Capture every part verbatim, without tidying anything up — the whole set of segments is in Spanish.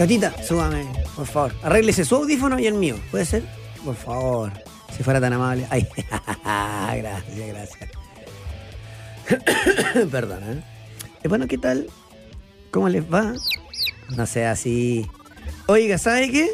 Tatita, súbame, por favor. Arréglese su audífono y el mío. ¿Puede ser? Por favor. Si fuera tan amable. Ay, gracias, gracias. Perdona. ¿eh? Bueno, ¿qué tal? ¿Cómo les va? No sea así. Oiga, ¿sabe qué?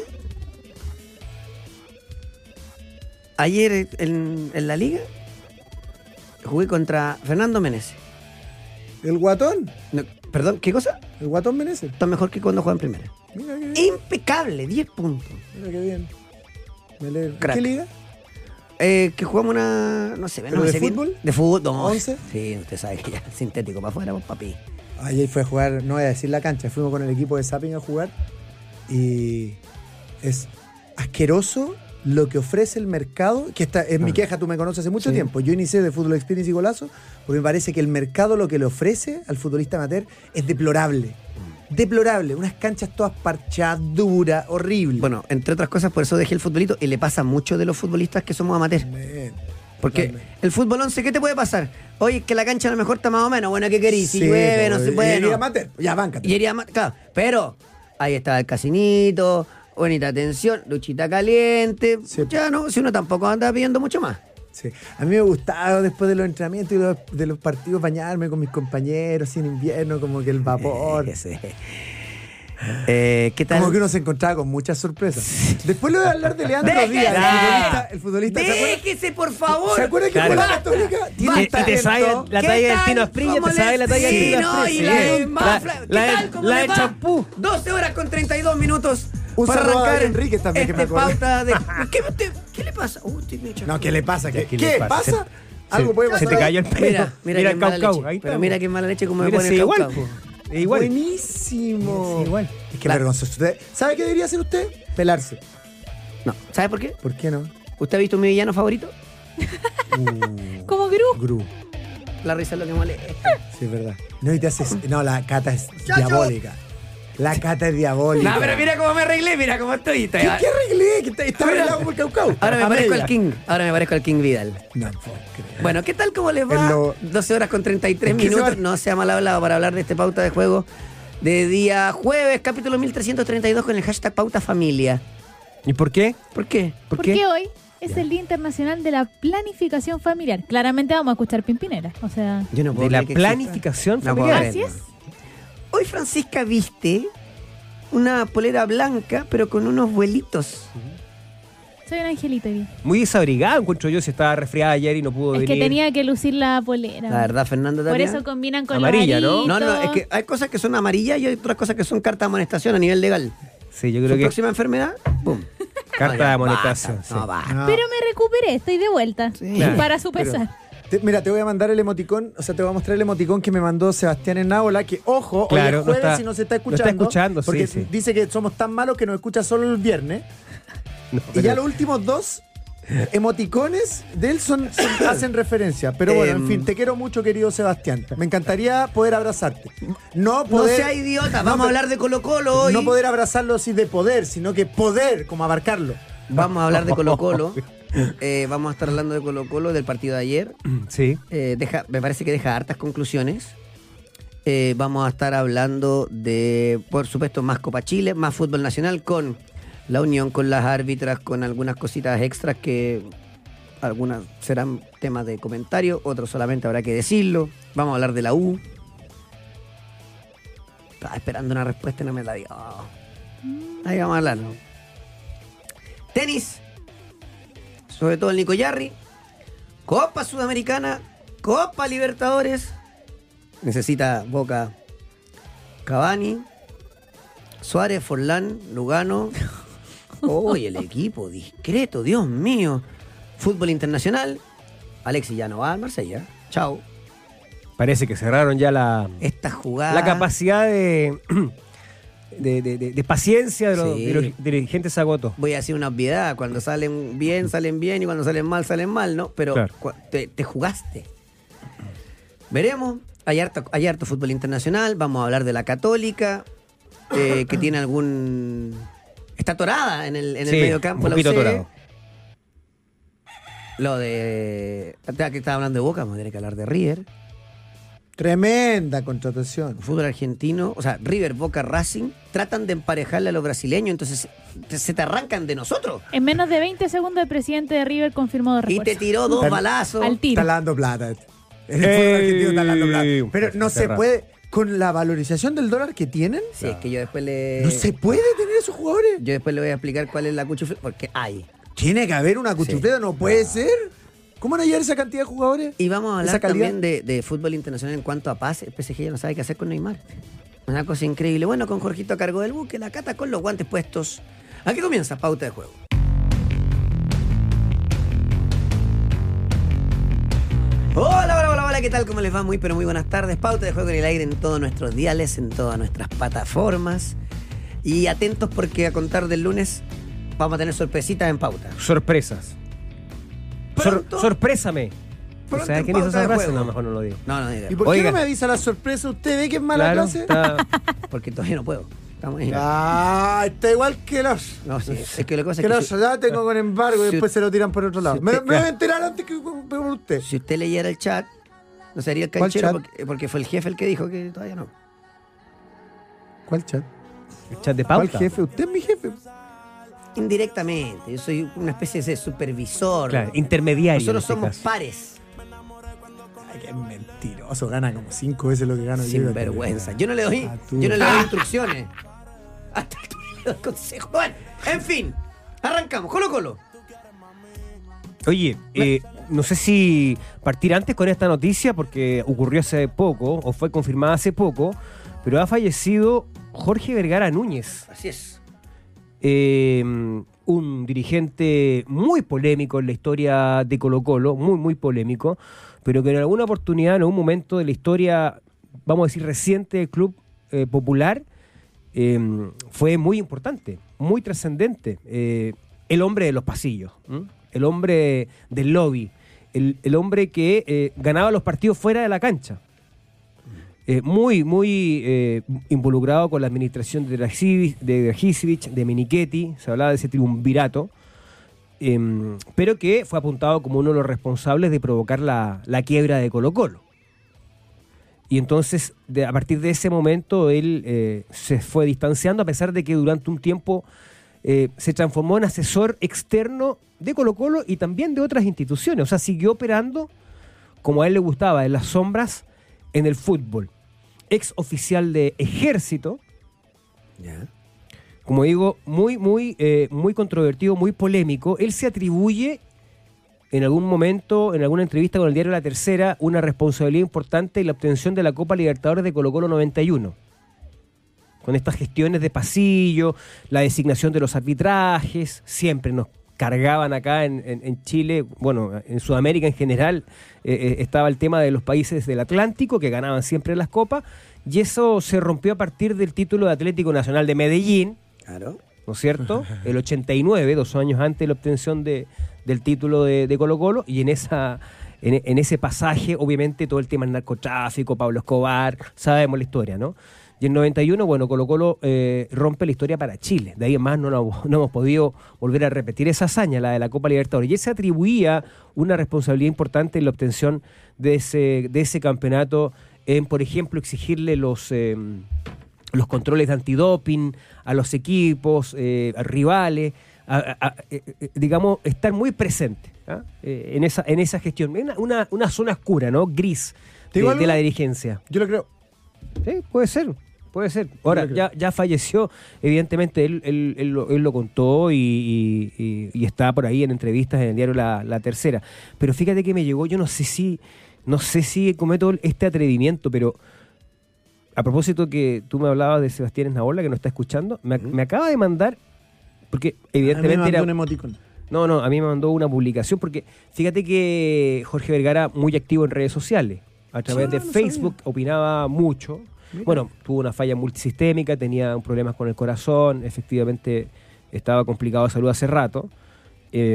Ayer en, en la liga jugué contra Fernando Meneses. ¿El guatón? No, perdón, ¿qué cosa? ¿El guatón Meneses? Está mejor que cuando juega en primera. Mira qué bien. Impecable, diez puntos. Mira qué bien. Me alegro. Crack. ¿Qué liga? Eh, que jugamos una... No sé, no ¿Pero me de sé bien. fútbol? De fútbol, no. ¿once? Sí, usted sabe que ya sintético para afuera, pues, papi. Ayer fue a jugar, no voy a decir la cancha, fuimos con el equipo de Zapping a jugar y es asqueroso lo que ofrece el mercado, que esta es mi queja, tú me conoces hace mucho Sí. tiempo. Yo inicié de Fútbol Experience y Golazo porque me parece que el mercado lo que le ofrece al futbolista amateur es deplorable. Deplorable, unas canchas todas parchadas, duras, horribles. Bueno, entre otras cosas, por eso dejé el futbolito y le pasa mucho de los futbolistas que somos amateurs. Man, Porque totalmente. el fútbol once, ¿qué te puede pasar? Oye, es que la cancha a lo mejor está más o menos. Bueno, ¿qué querís? Si Sí, llueve, no po, se puede. y- y no. amateur, ya, báncate. Y iría más, claro. Pero ahí estaba el casinito, bonita atención, duchita caliente. Sí. Ya no, si uno tampoco anda pidiendo mucho más. Sí. A mí me gustaba después de los entrenamientos y los- de los partidos bañarme con mis compañeros en invierno, como que el vapor. Ese. Eh, ¿Qué tal? Como que uno se encontraba con muchas sorpresas. Después le voy a hablar de Leandro Déjese. Díaz, el futbolista. El futbolista ¿se acuerda? Déjese, por favor. ¿Se acuerda que Claro. fue a la Católica? Tiene Y, un y te sabe talento. la ¿Qué talla del tal? Tino Asprilla, ¿Cómo te sabe le- la talla sí, del Tino no, Asprilla. y la de Sí. más La- fla- ¿Qué la del- tal? ¿Cómo la le del va? champú. doce horas con treinta y dos minutos. Un para saludo a arrancar David Enríquez también, que me este acordé. pauta de... ¿Qué, te- ¿Qué le pasa? Uh, estoy medio No, ¿qué le pasa? ¿Qué, ¿Qué ¿qué le pasa? pasa? Algo puede Se pasar. te cayó el pelo. Mira, mira, Mira qué el mala Caucau. leche. Ahí está. Pero mira qué mala leche como me Mira, pone sí, el igual. Caucau. po. Igual. Buenísimo. Sí, igual. Es que La- vergonzoso. Usted- ¿Sabe qué debería hacer usted? Pelarse. No, ¿sabe por qué? ¿Por qué no? ¿Usted ha visto mi villano favorito? Uh, Como Gru. Gru. La risa es lo que molesta. Sí, es verdad. No, y te haces. No, la cata es Chacho. diabólica. La cata es diabólica. No, pero mira cómo me arreglé, mira cómo estoy. ¿Qué, qué arreglé? Que está, está Mira. arreglado como el Caucau. Ahora me A parezco media. al King. Ahora me parezco al King Vidal. No puedo creer. Bueno, ¿qué tal? ¿Cómo les va? En lo- doce horas con treinta y tres Es que se minutos. va- No sea mal hablado para hablar de este pauta de juego de día jueves, capítulo mil trescientos treinta y dos con el hashtag pauta familia. ¿Y por qué? ¿Por qué? ¿Por Porque qué? hoy es el Día Internacional de la Planificación Familiar. Claramente vamos a escuchar Pimpinera. O sea, Yo no puedo De la creer que exista. planificación No puedo familiar. creer. así es. Hoy Francisca viste una polera blanca, pero con unos vuelitos. Soy un angelito hoy día. Muy desabrigada, encuentro yo, si estaba resfriada ayer y no pudo Es venir. que tenía que lucir la polera. La verdad, Fernando Por Tapia. eso combinan con Amarilla, los ¿no? No, no, aritos. es que hay cosas que son amarillas y hay otras cosas que son carta de amonestación a nivel legal. Sí, yo Su creo que próxima enfermedad, ¡pum! carta No, ya, de amonestación. basta, sí. No, va. No. Pero me recuperé, estoy de vuelta. Sí. Claro, Para su pero- pesar. Te- mira, te voy a mandar el emoticón, o sea, te voy a mostrar el emoticón que me mandó Sebastián Hernábola, que ojo, Claro, hoy no es jueves está- y no se está no escuchando. está escuchando, sí, porque sí. dice que somos tan malos que nos escucha solo el viernes. No, Y pero- ya los últimos dos emoticones de él son, son- hacen referencia. Pero bueno, en Em. fin, te quiero mucho, querido Sebastián. Me encantaría poder abrazarte. No No poder, sea idiota, no, vamos a pero- hablar de Colo Colo hoy. No poder abrazarlo así de poder, sino que poder, como abarcarlo. Vamos a hablar de Colo Colo. Eh, vamos a estar hablando de Colo Colo, del partido de ayer. Sí. Eh, deja, me parece que deja hartas conclusiones. Eh, vamos a estar hablando de, por supuesto, más Copa Chile, más fútbol nacional, con la unión con las árbitras, con algunas cositas extras que algunas serán temas de comentario, otros solamente habrá que decirlo. Vamos a hablar de la U. Estaba esperando una respuesta y no me la dio. Ahí vamos a hablarlo. Tenis, sobre todo el Nico Yarri. Copa Sudamericana, Copa Libertadores. Necesita Boca, Cavani, Suárez, Forlán, Lugano. Uy, el equipo discreto, Dios mío. Fútbol internacional. Alexis ya no va al Marsella. Chao. Parece que cerraron ya la, Esta jugada. la capacidad de, de, de- de- de paciencia de los, Sí. de los dirigentes se agotó. Voy a decir una obviedad. Cuando salen bien, salen bien. Y cuando salen mal, salen mal, ¿no? Pero Claro. cua- te, te jugaste. Veremos. Hay harto, hay harto fútbol internacional. Vamos a hablar de la Católica. eh, que tiene algún... Está atorada en el, en el Sí, medio campo. un la poquito U C. atorado. Lo de... Que estaba hablando de Boca. Vamos a tener que hablar de River. Tremenda contratación. Fútbol argentino, o sea, River, Boca, Racing, tratan de emparejarle a los brasileños, entonces te- se te arrancan de nosotros. En menos de veinte segundos el presidente de River confirmó dos Y refuerzos. te tiró dos Pero- balazos. Al tiro. Está dando plata. este. El Ey, fútbol argentino está dando plata. Pero no se cerrado. puede, con la valorización del dólar que tienen, Sí, es que yo después le... no se puede tener esos jugadores. Yo después le voy a explicar cuál es la cuchufleta, porque hay. Tiene que haber una cuchufleta, no puede ser. ¿Cómo van a llegar esa cantidad de jugadores? Y vamos a ¿Esa hablar calidad? también de, de fútbol internacional en cuanto a paz. El P S G ya no sabe qué hacer con Neymar. Una cosa increíble. Bueno, con Jorgito a cargo del buque, la Cata con los guantes puestos. Aquí comienza Pauta de Juego. Hola, hola, hola, hola, ¿qué tal? ¿Cómo les va? Muy, pero muy buenas tardes. Pauta de Juego en el aire en todos nuestros diales, en todas nuestras plataformas. Y atentos porque a contar del lunes vamos a tener sorpresitas en Pauta. Sorpresas. Sor- Pronto- sorprésame. pronto ¿Sabes en quién hizo Pauta esa de frase? Juego. No, mejor no lo digo. No, no diga. ¿Y por qué Oiga. no me avisa la sorpresa? ¿Usted ve que es mala Claro, clase? está- Porque todavía no puedo. Estamos ahí. Ah, está igual que los. No, sí, es que lo que pasa Que es que los si, ya tengo con embargo y si- después se lo tiran por otro lado. si me, usted- me voy a enterar antes que por por usted. si usted leyera el chat, no sería el ¿Cuál canchero chat? porque, porque fue el jefe el que dijo que todavía no. ¿Cuál chat? el chat de ¿Cuál pauta. jefe? Usted es mi jefe. Indirectamente, yo soy una especie de supervisor. Claro, intermediario. Nosotros en este somos caso. pares. Ay, qué mentiroso. Gana como cinco veces lo que gano yo. Sin vergüenza. Yo no le doy, Ah, tú. yo no le doy instrucciones. Hasta tú le doy consejos. Bueno, en fin. Arrancamos. Colo Colo. Oye, eh, no sé si partir antes con esta noticia porque ocurrió hace poco o fue confirmada hace poco, pero ha fallecido Jorge Vergara Núñez, Así es. eh, un dirigente muy polémico en la historia de Colo Colo, muy, muy polémico, pero que en alguna oportunidad, en algún momento de la historia, vamos a decir, reciente del Club eh, Popular, eh, fue muy importante, muy trascendente. Eh, el hombre de los pasillos, ¿m? El hombre del lobby, el, el hombre que eh, ganaba los partidos fuera de la cancha. Eh, muy, muy eh, involucrado con la administración de Dragicevic, de, Dragicevic, de Menichetti, se hablaba de ese triunvirato, eh, pero que fue apuntado como uno de los responsables de provocar la, la quiebra de Colo Colo. Y entonces, de, a partir de ese momento, él eh, se fue distanciando, a pesar de que durante un tiempo eh, se transformó en asesor externo de Colo Colo y también de otras instituciones. O sea, siguió operando como a él le gustaba, en las sombras, en el fútbol. Ex oficial de Ejército, Ya. como digo, muy, muy, eh, muy controvertido, muy polémico. Él se atribuye en algún momento, en alguna entrevista con el diario La Tercera, una responsabilidad importante en la obtención de la Copa Libertadores de Colo Colo noventa y uno. Con estas gestiones de pasillo, la designación de los arbitrajes, siempre nos cargaban acá en, en, en Chile, bueno, en Sudamérica en general, eh, eh, estaba el tema de los países del Atlántico que ganaban siempre las copas, y eso se rompió a partir del título de Atlético Nacional de Medellín, Claro. ¿no es cierto? El ochenta y nueve, dos años antes de la obtención de, del título de, de Colo Colo, y en esa en, en ese pasaje, obviamente, todo el tema del narcotráfico, Pablo Escobar, sabemos la historia, ¿no? Y en noventa y uno, bueno, Colo Colo eh, rompe la historia para Chile. De ahí en más no, no, no hemos podido volver a repetir esa hazaña, la de la Copa Libertadores. Y él se atribuía una responsabilidad importante en la obtención de ese, de ese campeonato, en, por ejemplo, exigirle los... Eh, los controles de antidoping a los equipos, eh, a rivales, a, a, a, eh, digamos, estar muy presente ¿ah? eh, en, esa, en esa gestión. Una, una, una zona oscura, ¿no? Gris ¿Te de, digo de algo? la dirigencia. Yo lo creo. Sí, puede ser, puede ser. Ahora, Yo creo. ya, ya falleció, evidentemente él, él, él, lo, él lo contó y, y, y, y está por ahí en entrevistas en el diario La, La Tercera. Pero fíjate que me llegó, yo no sé si, no sé si cometo este atrevimiento, pero... A propósito que tú me hablabas de Sebastián Esnaola, que nos está escuchando, me, me acaba de mandar, porque A mí me evidentemente mandó era... un emoticón. No, no, a mí me mandó una publicación, porque fíjate que Jorge Vergara, muy activo en redes sociales, a través Sí, de no, no Facebook, opinaba mucho. Mira. Bueno, tuvo una falla multisistémica, tenía problemas con el corazón, efectivamente estaba complicado de salud hace rato. Eh,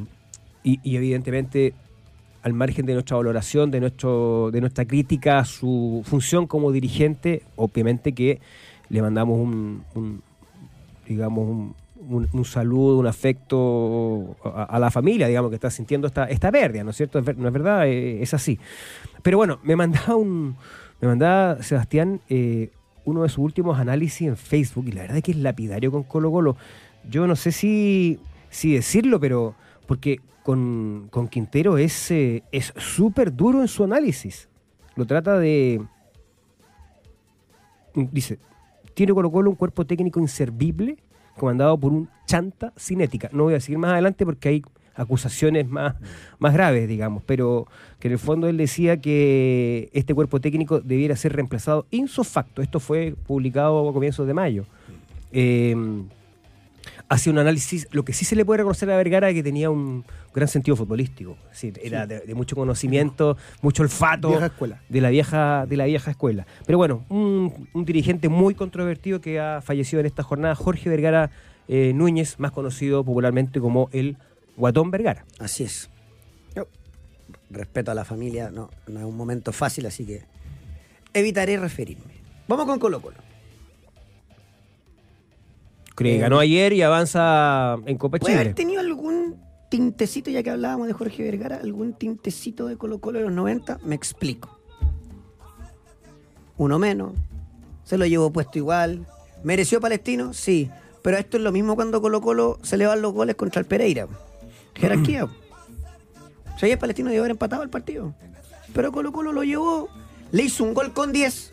y, y evidentemente, al margen de nuestra valoración, de nuestro de nuestra crítica a su función como dirigente, obviamente que le mandamos un, un digamos, un, un, un saludo, un afecto a, a la familia, digamos, que está sintiendo esta, esta pérdida, ¿no es cierto? Es ver- no es verdad, eh, es así. Pero bueno, me mandaba un Me mandaba Sebastián eh, uno de sus últimos análisis en Facebook y la verdad es que es lapidario con Colo Colo. Yo no sé si, si decirlo, pero porque con, con Quintero es eh, es súper duro en su análisis. Lo trata de... Dice, tiene Colo Colo un cuerpo técnico inservible comandado por un chanta sin ética. No voy a seguir más adelante porque hay acusaciones más, más graves, digamos, pero que en el fondo él decía que este cuerpo técnico debiera ser reemplazado ipso facto. Esto fue publicado a comienzos de mayo. Eh, hace un análisis, lo que sí se le puede reconocer a Vergara es que tenía un gran sentido futbolístico. Es decir, era de, de mucho conocimiento, mucho olfato Vieja escuela. de la vieja, de la vieja escuela. Pero bueno, un, un dirigente muy controvertido que ha fallecido en esta jornada, Jorge Vergara eh, Núñez, más conocido popularmente como el Guatón Vergara. Así es. Yo respeto a la familia, no, no es un momento fácil, así que evitaré referirme. Vamos con Colo Colo. Que Eh, ganó ayer y avanza en Copa ¿Puede haber Chile. tenido algún tintecito, ya que hablábamos de Jorge Vergara, algún tintecito de Colo Colo de los noventa? Me explico. Uno menos, se lo llevó puesto igual. ¿Mereció Palestino? Sí. Pero esto es lo mismo cuando Colo Colo se le van los goles contra el Pereira. Jerarquía. O sea, ayer Palestino debió haber empatado el partido. Pero Colo Colo lo llevó, le hizo un gol con diez.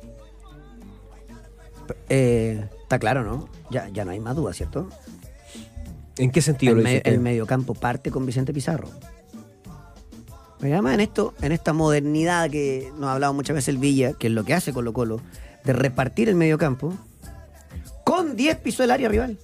Eh, está claro, ¿no? Ya, ya no hay más duda, ¿cierto? ¿En qué sentido El, lo me- dice el usted? mediocampo parte con Vicente Pizarro. Pero además en esto, en esta modernidad que nos ha hablado muchas veces el Villa, que es lo que hace Colo Colo, de repartir el mediocampo, con diez pisó el área rival.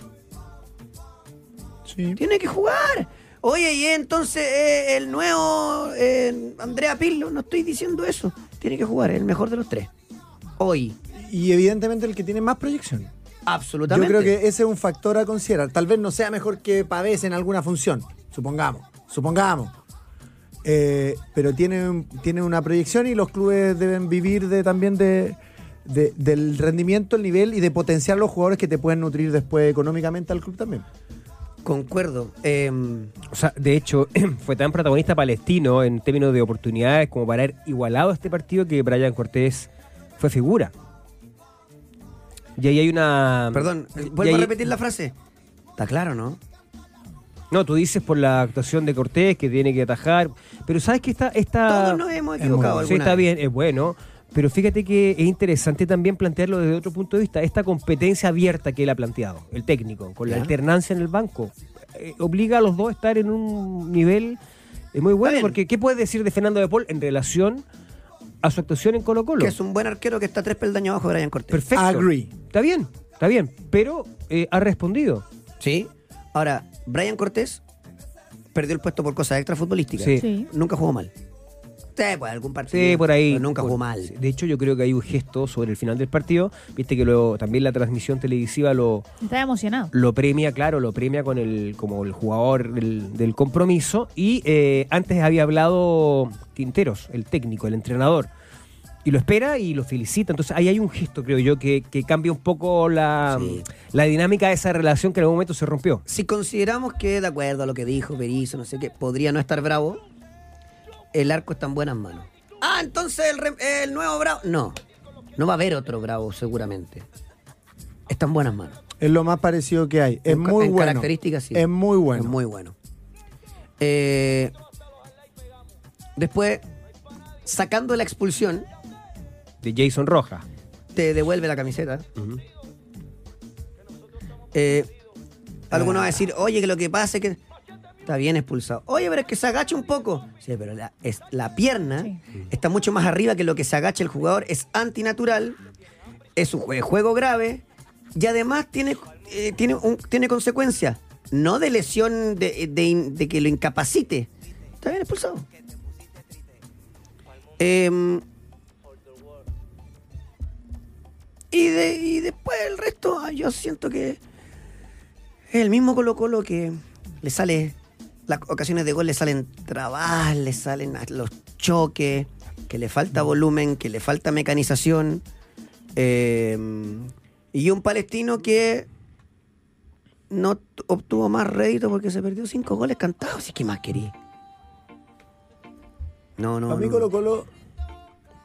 Sí. Tiene que jugar. Oye, y entonces eh, el nuevo eh, Andrea Pirlo, no estoy diciendo eso. Tiene que jugar, es el mejor de los tres. Hoy, Y evidentemente el que tiene más proyección. absolutamente. Yo creo que ese es un factor a considerar. Tal vez no sea mejor que Pavés en alguna función, supongamos, supongamos. Eh, pero tiene, un- tiene una proyección y los clubes deben vivir de, también de, de- del rendimiento, el nivel y de potenciar los jugadores que te pueden nutrir después económicamente al club también. Concuerdo. Eh, O sea, de hecho, fue tan protagonista Palestino en términos de oportunidades como para haber igualado este partido que Brian Cortés fue figura. Y ahí hay una... perdón, y vuelvo ahí- a repetir la frase. Está claro, ¿no? No, tú dices por la actuación de Cortés que tiene que atajar, pero sabes que esta... esta... Todos nos hemos es equivocado muy Sí, alguna está vez. bien, es bueno, pero fíjate que es interesante también plantearlo desde otro punto de vista. Esta competencia abierta que él ha planteado, el técnico, con la Ya. alternancia en el banco, eh, obliga a los dos a estar en un nivel eh, muy bueno, bien. porque ¿qué puedes decir de Fernando de Paul en relación a su actuación en Colo Colo? Que es un buen arquero que está tres peldaños abajo de Brian Cortés. Perfecto. Agree. Está bien, está bien, pero eh, ha respondido. Sí. Ahora, Brian Cortés perdió el puesto por cosas extrafutbolísticas. Sí. Sí. Nunca jugó mal. Sí, pues algún partido. Sí, por ahí. Pero nunca Por- jugó mal. sí. De hecho, yo creo que hay un gesto sobre el final del partido. Viste que lo, también la transmisión televisiva lo, Estaba emocionado. lo premia, claro, lo premia con el como el jugador del, del compromiso. Y eh, antes había hablado Quinteros, el técnico, el entrenador. Y lo espera y lo felicita. Entonces ahí hay un gesto, creo yo, que, que cambia un poco la, Sí. la dinámica de esa relación que en algún momento se rompió. Si consideramos que, de acuerdo a lo que dijo Berizzo, no sé qué, podría no estar Bravo, el arco está en buenas manos. Ah, entonces el, re- el nuevo Bravo. No, no va a haber otro Bravo seguramente. Está en buenas manos. Es lo más parecido que hay. Es En ca- muy en bueno. características, sí. Es muy bueno. Es muy bueno. Eh, después, sacando la expulsión, De Jason Rojas. te devuelve la camiseta. Eh, alguno va a decir, oye, que lo que pasa es que está bien expulsado. Oye, pero es que se agacha un poco. Sí, pero la, es, la pierna Sí. está mucho más arriba que lo que se agacha el jugador. Es antinatural, es un jue- juego grave y además tiene, eh, tiene, un- tiene consecuencias. No de lesión de, de in- de que lo incapacite. Está bien expulsado. Em, y, de, y después el resto, ah, yo siento que es el mismo Colo Colo que le sale, las ocasiones de gol le salen trabas, le salen a- los choques, que le falta volumen, que le falta mecanización. eh, y un Palestino que no t- obtuvo más rédito porque se perdió cinco goles cantados. ¿Y qué más quería? No, no, Para mí no. Colo Colo,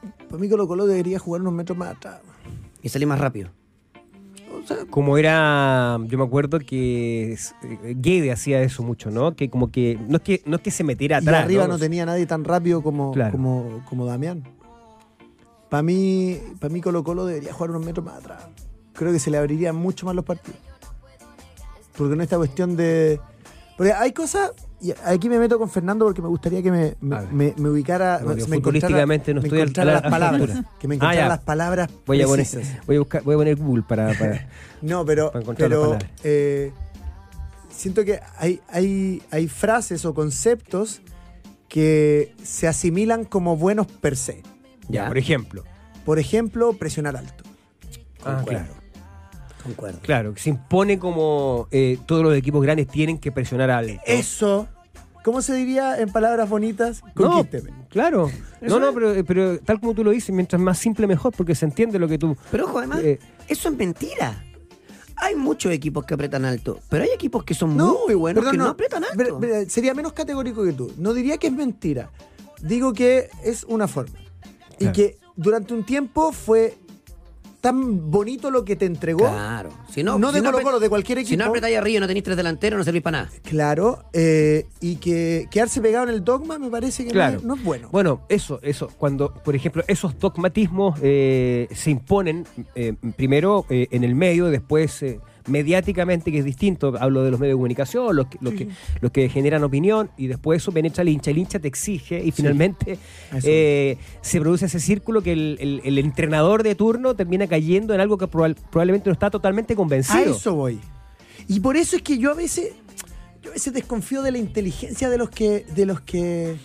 Para mí Colo Colo debería jugar unos metros más atrás. Y salir más rápido. O sea, Como era, yo me acuerdo que eh, Guede hacía eso mucho, ¿no? Que como que no es que no es que se metiera y atrás, arriba ¿no? no tenía nadie tan rápido como, Claro. como, como Damián. Para mí, para mí Colo Colo debería jugar unos metros más atrás. Creo que se le abrirían mucho más los partidos. Porque no esta cuestión de... Porque hay cosas... Y aquí me meto con Fernando porque me gustaría que me, me, A ver. me- me ubicara... No, yo me futbolísticamente no me estoy al- encontrara a la- las palabras. a la altura. Que me Ah, encontrara ya. las palabras Voy a poner, precisas. voy a buscar, voy a poner Google para, para No, pero, Para encontrar las pero palabras. eh, siento que hay, hay, hay frases o conceptos que se asimilan como buenos per se. ya, por ejemplo. Por ejemplo, presionar alto. Ah, Concuerdo. claro. Concuerdo. Claro, que se impone como eh, todos los equipos grandes tienen que presionar al. Eso, ¿cómo se diría en palabras bonitas? No, Conquísteme. claro. Eso No, no, es. pero, pero tal como tú lo dices, mientras más simple mejor, porque se entiende lo que tú. Pero ojo, además, Eh, eso es mentira. Hay muchos equipos que apretan alto, pero hay equipos que son No, muy buenos perdón, que no, no. apretan alto. Pero- pero sería menos categórico que tú. No diría que es mentira. Digo que es una forma. Y Claro. que durante un tiempo fue tan bonito lo que te entregó. Claro. Si no, No de si Colo apret- Colo, de cualquier Si no equipo. apretáis arriba y no tenéis tres delanteros, no servís para nada. Claro, eh, y que quedarse pegado en el dogma me parece que Claro. no, es, no es bueno. Bueno, eso, eso. Cuando, por ejemplo, esos dogmatismos eh, se imponen eh, primero eh, en el medio, después eh, mediáticamente, que es distinto. Hablo de los medios de comunicación, los que, los que, los que generan opinión, y después eso penetra al hincha. El hincha te exige y finalmente Eso. eh, se produce ese círculo que el, el- el entrenador de turno termina cayendo en algo que probal- probablemente no está totalmente A convencido. eso voy. Y por eso es que yo a veces, yo a veces desconfío de la inteligencia de los que, de los que,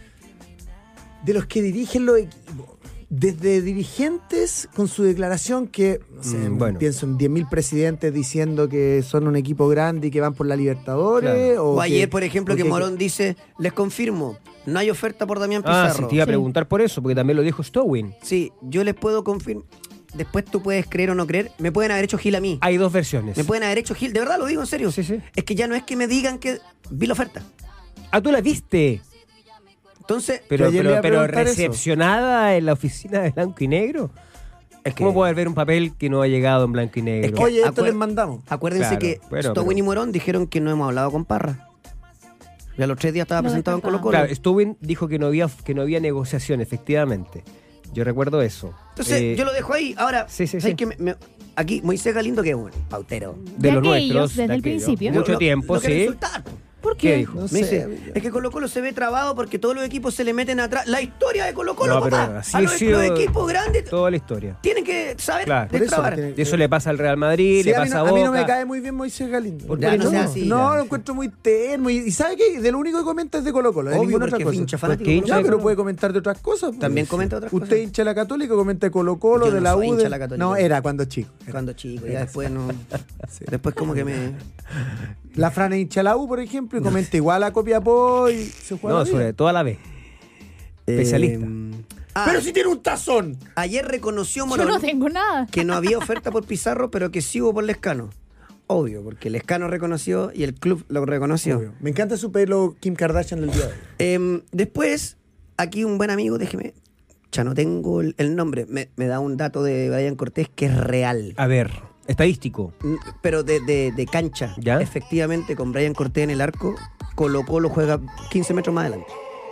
de los que dirigen los equipos. Desde dirigentes con su declaración que, no sé, Mm, bueno. pienso en diez mil presidentes diciendo que son un equipo grande y que van por la Libertadores. Claro. O, O ayer, que- por ejemplo, o que Morón dice, les confirmo, no hay oferta por Damián Ah, Pizarro. sí, te iba a Sí. preguntar por eso, porque también lo dijo Stowin. Sí, yo les puedo confirmar. Después tú puedes creer o no creer. Me pueden haber hecho Gil a mí. Hay dos versiones. Me pueden haber hecho Gil. De verdad, lo digo en serio. Sí, sí. Es que ya no es que me digan que vi la oferta. Ah, tú la viste. Entonces, Pero, ayer le pero, iba a pero preguntar eso. recepcionada en la oficina de blanco y negro. es que, ¿Cómo puede ver un papel que no ha llegado en blanco y negro? Es que- Oye, esto acuer- les mandamos. acuérdense Claro, que bueno, Stowin pero- y Morón dijeron que no hemos hablado con Parra. Y a los tres días estaba Lo presentado en Colo descartaban. Colo. Claro, Stowin dijo que no había que no había negociación, efectivamente. Yo recuerdo eso. Entonces, Eh, yo lo dejo ahí. Ahora, sí, sí, ¿sabes sí. qué? Me- me- aquí, Moisés Galindo, que es un pautero. de De los aquellos, nuestros. desde de el aquellos. principio. Mucho Lo- tiempo, lo quiere sí. insultar. ¿Por ¿Qué qué? dijo? No Me sé, dice, es que Colo Colo se ve trabado porque todos los equipos se le meten atrás. La historia de Colo Colo, No, pero papá. así A ha los, sido los equipos grandes Toda la historia. tienen que saber Claro. Por eso destrabar. tiene- Y eso le pasa al Real Madrid, Sí, le a, mí pasa no, a a mí Boca. no me cae muy bien Moisés Galindo. ¿Por Ya, qué no no? sea así, No, ya. lo encuentro muy termo. Y, y ¿sabe qué? De lo único que comenta es de Colo Colo. De Obvio, ninguna porque otra es cosa. hincha fanático. Porque hincha Ya, de pero Colo. puede comentar de otras cosas. pues. También comenta otras Usted cosas. hincha de la Católica, comenta de Colo Colo, Yo de no la soy U. hincha de- de la Católica. No, era cuando chico. Cuando chico, ya después no. Después como que me. La Fran es hincha de la U, por ejemplo, y comenta igual a Copiapó y se juega No, la vida. sobre todo a la vez. Especialista. Eh, ah, Pero si tiene un tazón. ayer reconoció Yo Morón no tengo nada. que no había oferta por Pizarro, pero que sí hubo por Lescano. Obvio, porque Lescano reconoció y el club lo reconoció. Obvio. Me encanta su pelo Kim Kardashian del día de hoy. Em, después, aquí un buen amigo, déjeme. Ya no tengo el, el nombre. Me, me da un dato de Brian Cortés que es real. A ver, estadístico. Mm, Pero de, de- de cancha. ¿Ya? Efectivamente, con Brian Cortés en el arco, Colo Colo juega quince metros más adelante.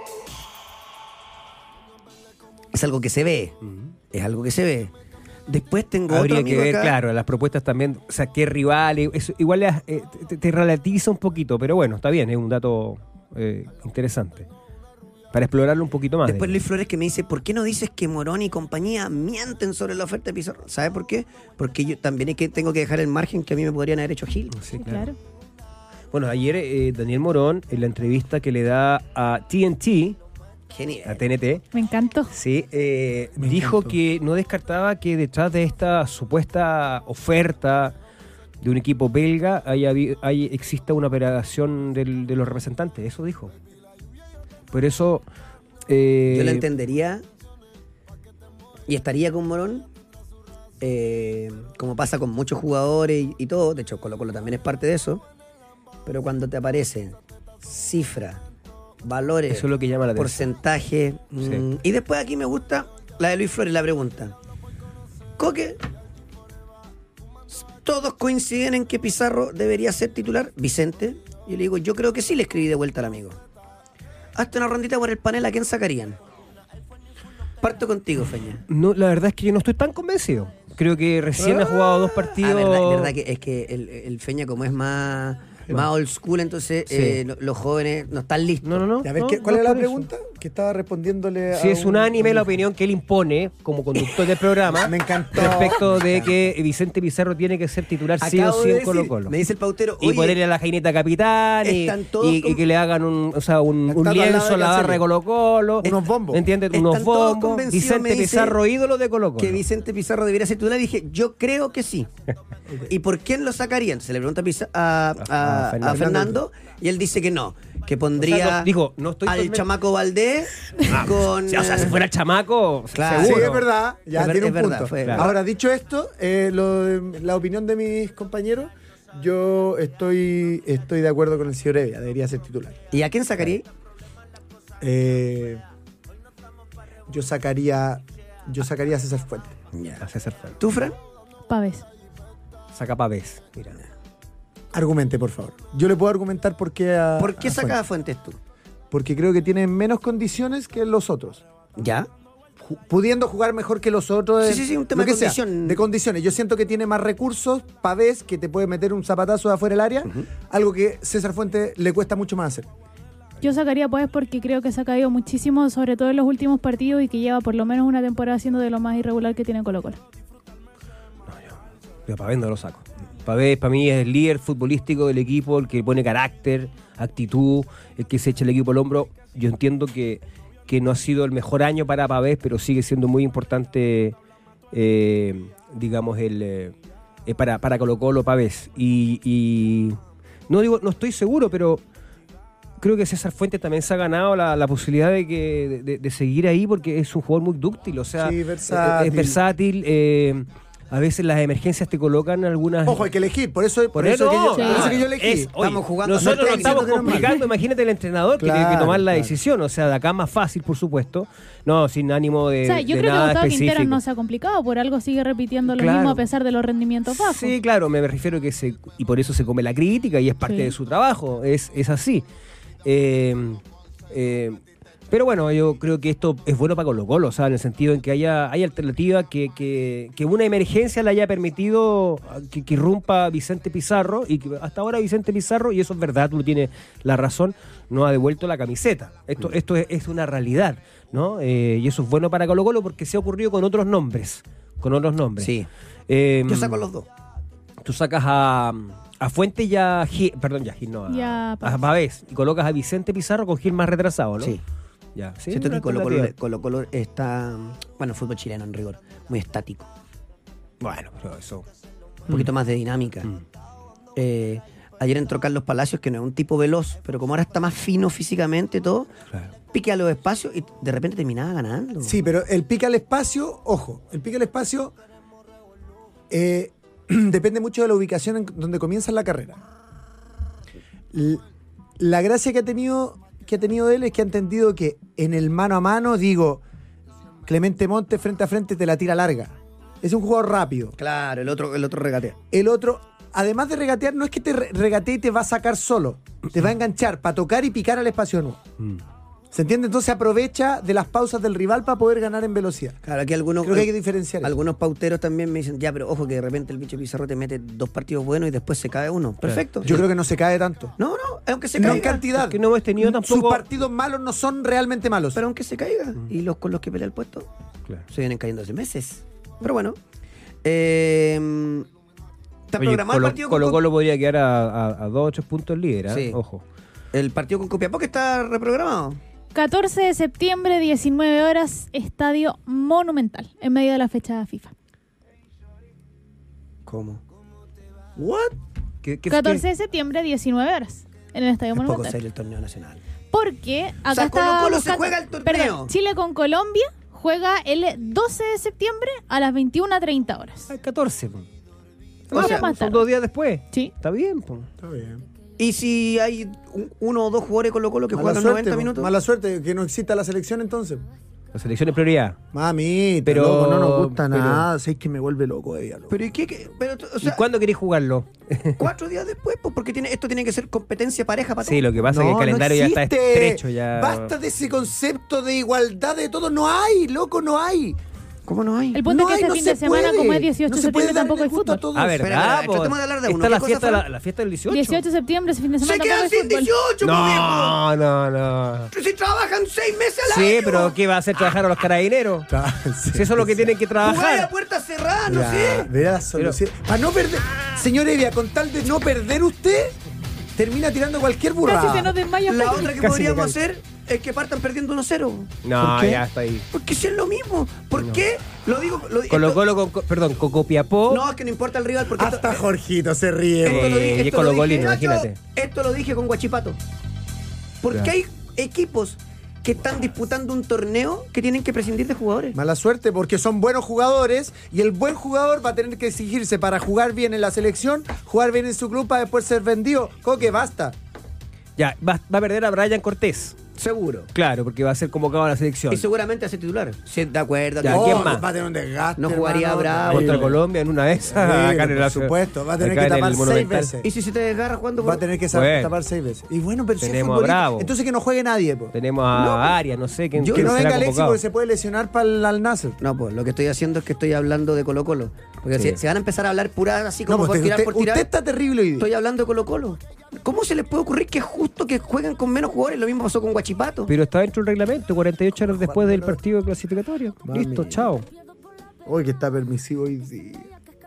Es algo que se ve. Es algo que se ve. Después tengo otro Habría que amigo ver, acá. claro, las propuestas también, o sea, qué rivales, eso igual eh, te, te relativiza un poquito, pero bueno, está bien, es un dato eh, interesante. Para explorarlo un poquito más. Después de- Luis Flores que me dice, ¿por qué no dices que Morón y compañía mienten sobre la oferta de Pizarro? ¿Sabe por qué? Porque yo también es que tengo que dejar el margen que a mí me podrían haber hecho Gil. Sí, Sí, claro. claro. Bueno, ayer eh, Daniel Morón, en la entrevista que le da a T N T, a Genial. T N T, Me encantó. sí, eh, Me dijo encantó. que no descartaba que detrás de esta supuesta oferta de un equipo belga haya, habi- hay, exista una operación del- de los representantes. Eso dijo. Por eso... eh, Yo la entendería y estaría con Morón, eh, como pasa con muchos jugadores y, y todo. De hecho, Colo Colo también es parte de eso. Pero cuando te aparecen cifras, valores, Eso es lo que llama la atención. porcentaje. mm, Sí. y después aquí me gusta la de Luis Flores, la pregunta. Coque, todos coinciden en que Pizarro debería ser titular. Vicente, yo le digo, yo creo que sí, le escribí de vuelta al amigo. Hazte una rondita por el panel, ¿a quién sacarían? Parto contigo, Feña. No, la verdad es que yo no estoy tan convencido. Creo que recién ha jugado dos partidos. Ah, verdad, verdad que es que el, el Feña, como es más, más old school, entonces Sí. eh, lo- los jóvenes no están listos. No, no, no. A ver, no, ¿qué- ¿cuál no era la por eso. pregunta? Que estaba respondiéndole Si a es un- unánime la un- opinión que él impone como conductor del programa Me encantó. respecto Me de encantó. que Vicente Pizarro tiene que ser titular sí o Acabo sí de en decir, Colo Colo. me dice el pautero, Y oye, ponerle a la Jaineta capitán y, están todos y- y con- que le hagan un, o sea, un, Está un al lado lienzo de a la barra de Cancelo. Colo Colo. Unos bombos. ¿Entiendes? Están Unos todos bombos. convencidos, Vicente me dice, Pizarro, ídolo de Colo Colo. que Vicente Pizarro debería ser titular. Y dije, yo creo que sí. ¿Y por quién lo sacarían? Se le pregunta a, Piza- a- a- A Fernando. a Fernando y él dice que no, que pondría O sea, no- dijo, no estoy al totalmente- chamaco Valdés con... O sea, o sea, si eh, fuera el chamaco, Claro. Sí, seguro. es verdad, ya Es ver- tiene es un verdad, punto. fue- Claro. Ahora, dicho esto, eh, lo- la opinión de mis compañeros, yo estoy, estoy de acuerdo con el señor Evia, debería ser titular. ¿Y a quién sacaría? Eh, yo sacaría yo sacaría a César Fuentes. A César Fuentes. ¿Tú, Fran? Pavés. Saca Pavés. Mira. Argumente, por favor. Yo le puedo argumentar por qué a, ¿Por qué a sacas a Fuentes. Fuentes tú? Porque creo que tiene menos condiciones que los otros. ¿Ya? Ju- Pudiendo jugar mejor que los otros. Sí, en- sí, sí, un tema lo que de sea, condición. de condiciones. Yo siento que tiene más recursos, Pavés, que te puede meter un zapatazo de afuera del área, algo que César Fuentes le cuesta mucho más hacer. Yo sacaría pues porque creo que se ha caído muchísimo, sobre todo en los últimos partidos, y que lleva por lo menos una temporada siendo de lo más irregular que tiene Colo Colo. Yo a Pavés no lo saco. Pavés para mí es el líder futbolístico del equipo, el que pone carácter, actitud, el que se echa el equipo al hombro. Yo entiendo que, que no ha sido el mejor año para Pavés, pero sigue siendo muy importante, eh, digamos, el eh, eh, para, para Colo Colo Pavés. Y, y no digo, no estoy seguro, pero creo que César Fuentes también se ha ganado la, la posibilidad de, que, de, de seguir ahí porque es un jugador muy dúctil, o sea, Sí, eh, versátil. es versátil. eh, a veces las emergencias te colocan algunas... Ojo, hay que elegir, por eso, por Por eso, eso, que, yo, Sí. por eso que yo elegí. Es- oye, Estamos jugando- Nosotros no nos estoy estamos diciendo que no es complicando. malo. Imagínate el entrenador que tiene que Claro, tomar la claro. decisión. O sea, de acá más fácil, por supuesto. No, sin ánimo de. o sea, yo de creo que nada Gustavo específico. Quinteros no se ha complicado, por algo sigue repitiendo lo Claro. mismo a pesar de los rendimientos bajos. Sí, claro, me refiero que se. Y por eso se come la crítica y es parte Sí. de su trabajo. Es, es así. Eh, eh, pero bueno, yo creo que esto es bueno para Colo Colo, o sea, en el sentido en que haya hay alternativa, que, que, que una emergencia le haya permitido que, que irrumpa Vicente Pizarro, y que hasta ahora Vicente Pizarro, y eso es verdad, tú tienes la razón, no ha devuelto la camiseta. Esto, esto es, es una realidad, ¿no? Eh, y eso es bueno para Colo Colo porque se ha ocurrido con otros nombres, con otros nombres. Sí. Eh, Yo saco los dos. Tú sacas a, a Fuente y a Gil, perdón, ya Gil no, a, Y a a Pavés. Pavés, y colocas a Vicente Pizarro con Gil más retrasado, ¿no? Sí. Ya, sí, Siento una que Colo Colo, alternativa. Colo Colo está, bueno, fútbol chileno en rigor, muy estático. Bueno, pero eso. Un poquito más de dinámica. Mm. Eh, ayer entró Carlos Palacios, que no es un tipo veloz, pero como ahora está más fino físicamente y todo, Claro. pique a los espacios y de repente terminaba ganando. Sí, pero el pique al espacio, ojo, el pique al espacio eh, depende mucho de la ubicación en donde comienza la carrera. L- La gracia que ha tenido que ha tenido él es que ha entendido que en el mano a mano, digo, Clemente Montes frente a frente te la tira larga. Es un jugador rápido. Claro, el otro, el otro regatea. El otro, además de regatear, no es que te re- regatee y te va a sacar solo. Te va a enganchar para tocar y picar al espacio nuevo. Mm. ¿Se entiende? Entonces aprovecha de las pausas del rival para poder ganar en velocidad. Claro, aquí algunos, Creo que hay que diferenciar eso. algunos pauteros también me dicen, ya, pero ojo que de repente el bicho Pizarro te mete dos partidos buenos y después se cae uno. Perfecto. Yo creo que no se cae tanto. No, no, aunque se No en caiga. cantidad. Que no hemos tenido Sus tampoco. partidos malos no son realmente malos. Pero aunque se caiga. Y los con los que pelea el puesto Claro. se vienen cayendo hace meses. Pero bueno. Eh, ¿Está Oye, programado Colo, el partido Colo con Colo podría quedar a, a, a dos o tres puntos líder, ¿eh? Sí. Ojo. El partido con Copiapó que está reprogramado. catorce de septiembre, diecinueve horas, Estadio Monumental, en medio de la fecha FIFA. ¿Cómo? ¿What? ¿Qué, qué- catorce de septiembre, diecinueve horas, en el Estadio Es poco Monumental. serio el torneo nacional. Porque acá O sea, está Colo-Colo se buscando- juega el torneo. Perdón, Chile con Colombia juega el doce de septiembre a las veintiuna treinta horas. Ah, catorce. po. O sea, Ah, más son tarde. dos días después. Sí. Está bien, po. Está bien. Y si hay un- uno o dos jugadores Colo Colo que Mala juegan los suerte, noventa po. minutos. Mala suerte que no exista la selección entonces. La selección es prioridad. Mamita, Pero- loco, no nos gusta pero- nada. Sé que me vuelve loco ella, loco. Pero ¿y qué? qué? Pero, o ¿Y sea, cuándo querés jugarlo? cuatro días después, pues porque tiene, esto tiene que ser competencia pareja para Sí, lo que pasa es que el calendario ya está estrecho. Ya... Basta de ese concepto de igualdad de todo. No hay, loco, no hay. ¿Cómo no hay? El punto No es hay, que este no fin se de semana, puede. como es dieciocho No de se puede septiembre, darle tampoco hay gusto a fútbol. todos. Ah, Espera, ¿verdad? espera, po? tratemos de hablar de uno. Está ¿Qué la cosa fiesta, la, falta? la fiesta del dieciocho. dieciocho de septiembre, ese fin de ¡Se semana quedan tampoco hay sin fútbol. dieciocho, po, viejo! No, no, no. Si trabajan seis meses al Sí, año. pero ¿qué va a hacer trabajar a los carabineros? Sí, Si eso es lo que tienen que Jugar a trabajar. puerta cerrada, no Ya, sé. vea la solución. Para no perder. Señor Evia, con tal de no perder usted, termina tirando cualquier burrada. Casi se nos desmaya. La Felipe. otra que Casi podríamos me cae. hacer es que partan perdiendo uno cero. No, ¿Por qué? ya está ahí. Porque si es lo mismo. ¿Por No. qué? Lo digo. Lo, esto- Colo Colo con, co- perdón, con Copiapó. No, es que no importa el rival. Porque Hasta esto, Jorgito se ríe. esto lo Eh, dije, y esto lo Colo-Colino, dije- imagínate. Esto lo dije con Guachipato. Porque Ya. hay equipos que están disputando un torneo que tienen que prescindir de jugadores. Mala suerte porque son buenos jugadores y el buen jugador va a tener que exigirse para jugar bien en la selección, jugar bien en su club para después ser vendido. Coque, basta. Ya, va, va a perder a Brian Cortés. Seguro. Claro, porque va a ser convocado a la selección. Y seguramente hace titular. Sí, de acuerdo. Ya, que- ¿quién Oh, más? Va a tener un desgaste. No jugaría hermano. Bravo. Contra Sí. Colombia en una de esas. Sí, acá en el- por supuesto, va a tener acá que en el tapar seis Monumental. veces. ¿Y si se te desgarra jugando Va a por- tener que saber Bueno. tapar seis veces. Y bueno, pero si es Tenemos a futbolista, Bravo. entonces que no juegue nadie, po. Tenemos a Arias, no sé quién Yo- Que quién no será venga Alexis convocado. porque se puede lesionar para el Al Nasser. No, pues lo que estoy haciendo es que estoy hablando de Colo Colo. Porque Sí. si se van a empezar a hablar puras así No, como pues por usted, tirar usted- por tirar. usted está terrible hoy día. Estoy hablando de Colo Colo. ¿Cómo se les puede ocurrir que es justo que jueguen con menos jugadores? Lo mismo pasó con Guachipato. Pero está dentro del reglamento, cuarenta y ocho horas después del partido clasificatorio. Mami. Listo, chao. Uy, que está permisivo hoy día.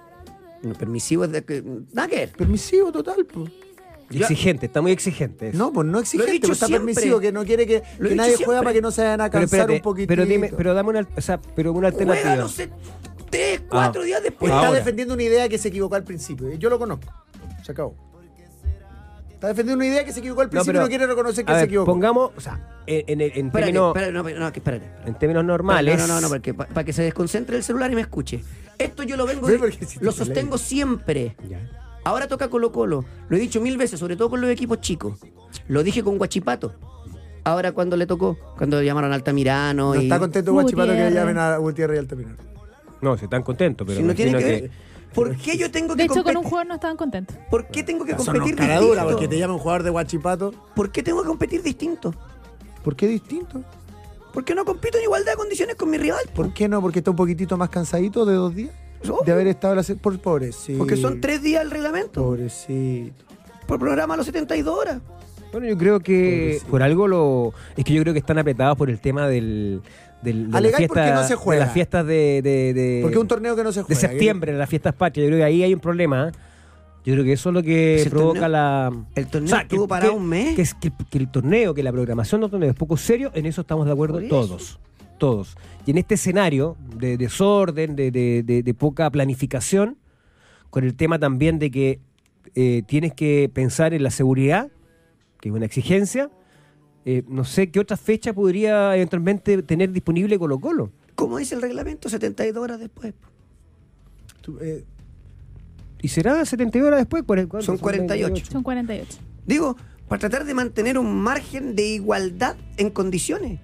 No, permisivo es de que. Nada que ver. Permisivo total, pues. Ya- Exigente, está muy exigente. eso. No, pues no exigente, dicho pues está siempre. permisivo, que no quiere que, Lo he que dicho nadie juega siempre. para que no se vayan a pero cansar espérate, un poquitito. pero dime, pero dame una, o sea, pero una alternativa. Juega, no sé, tres, cuatro Ah. días después. Está Ahora. defendiendo una idea que se equivocó al principio. y Yo lo conozco. Se acabó. Está defendiendo una idea que se equivocó al principio y no quiere reconocer que a se ver, equivocó. pongamos, o sea, en, en, en Espérate, términos, espérate, no, no, que espérate. en términos normales. No, no, no, no, porque para que se desconcentre el celular y me escuche. Esto yo lo vengo, Ve, de- porque si te lo sale. sostengo siempre. Ya. Ahora toca Colo Colo. Lo he dicho mil veces, sobre todo con los equipos chicos. Lo dije con Guachipato. Ahora cuando le tocó, cuando llamaron a Altamirano No y... está contento Guachipato que Gutiérrez. llamen a Gutiérrez y Altamirano. No, se están contentos, pero Si no tiene imagino que ver. ¿Por qué yo tengo que De hecho, con competir? un jugador no estaban contentos. ¿Por qué tengo que Son competir unos cara dura distinto? porque te llama un jugador de Guachipato. ¿Por qué tengo que competir distinto? ¿Por qué distinto? ¿Por qué no compito en igualdad de condiciones con mi rival? ¿Por qué no? ¿Porque está un poquitito más cansadito de dos días? Obvio. De haber estado en la... se- Por pobrecito. Porque son tres días el reglamento. Pobrecito. Por programa a los setenta y dos horas. Bueno, yo creo que Pobrecito. por algo lo. Es que yo creo que están apretados por el tema del. del de la Alegar fiesta, porque no se juega. De las fiestas de. de, de- Porque es un torneo que no se de juega. septiembre, de las fiestas patrias. Yo creo que ahí hay un problema. ¿eh? Yo creo que eso es lo que Pues el provoca torneo- la. el torneo estuvo parado un mes. Que, es- que- que el torneo, que la programación del torneo es poco serio, en eso estamos de acuerdo Por eso. todos. Todos. Y en este escenario de desorden, de, de- de- de poca planificación, con el tema también de que eh, tienes que pensar en la seguridad, que es una exigencia, eh, no sé qué otra fecha podría eventualmente tener disponible Colo Colo. Como dice el reglamento, setenta y dos horas después. Tú, eh, ¿Y será setenta horas después? ¿Cuánto? Son cuarenta y ocho. Son cuarenta y ocho. Digo, para tratar de mantener un margen de igualdad en condiciones.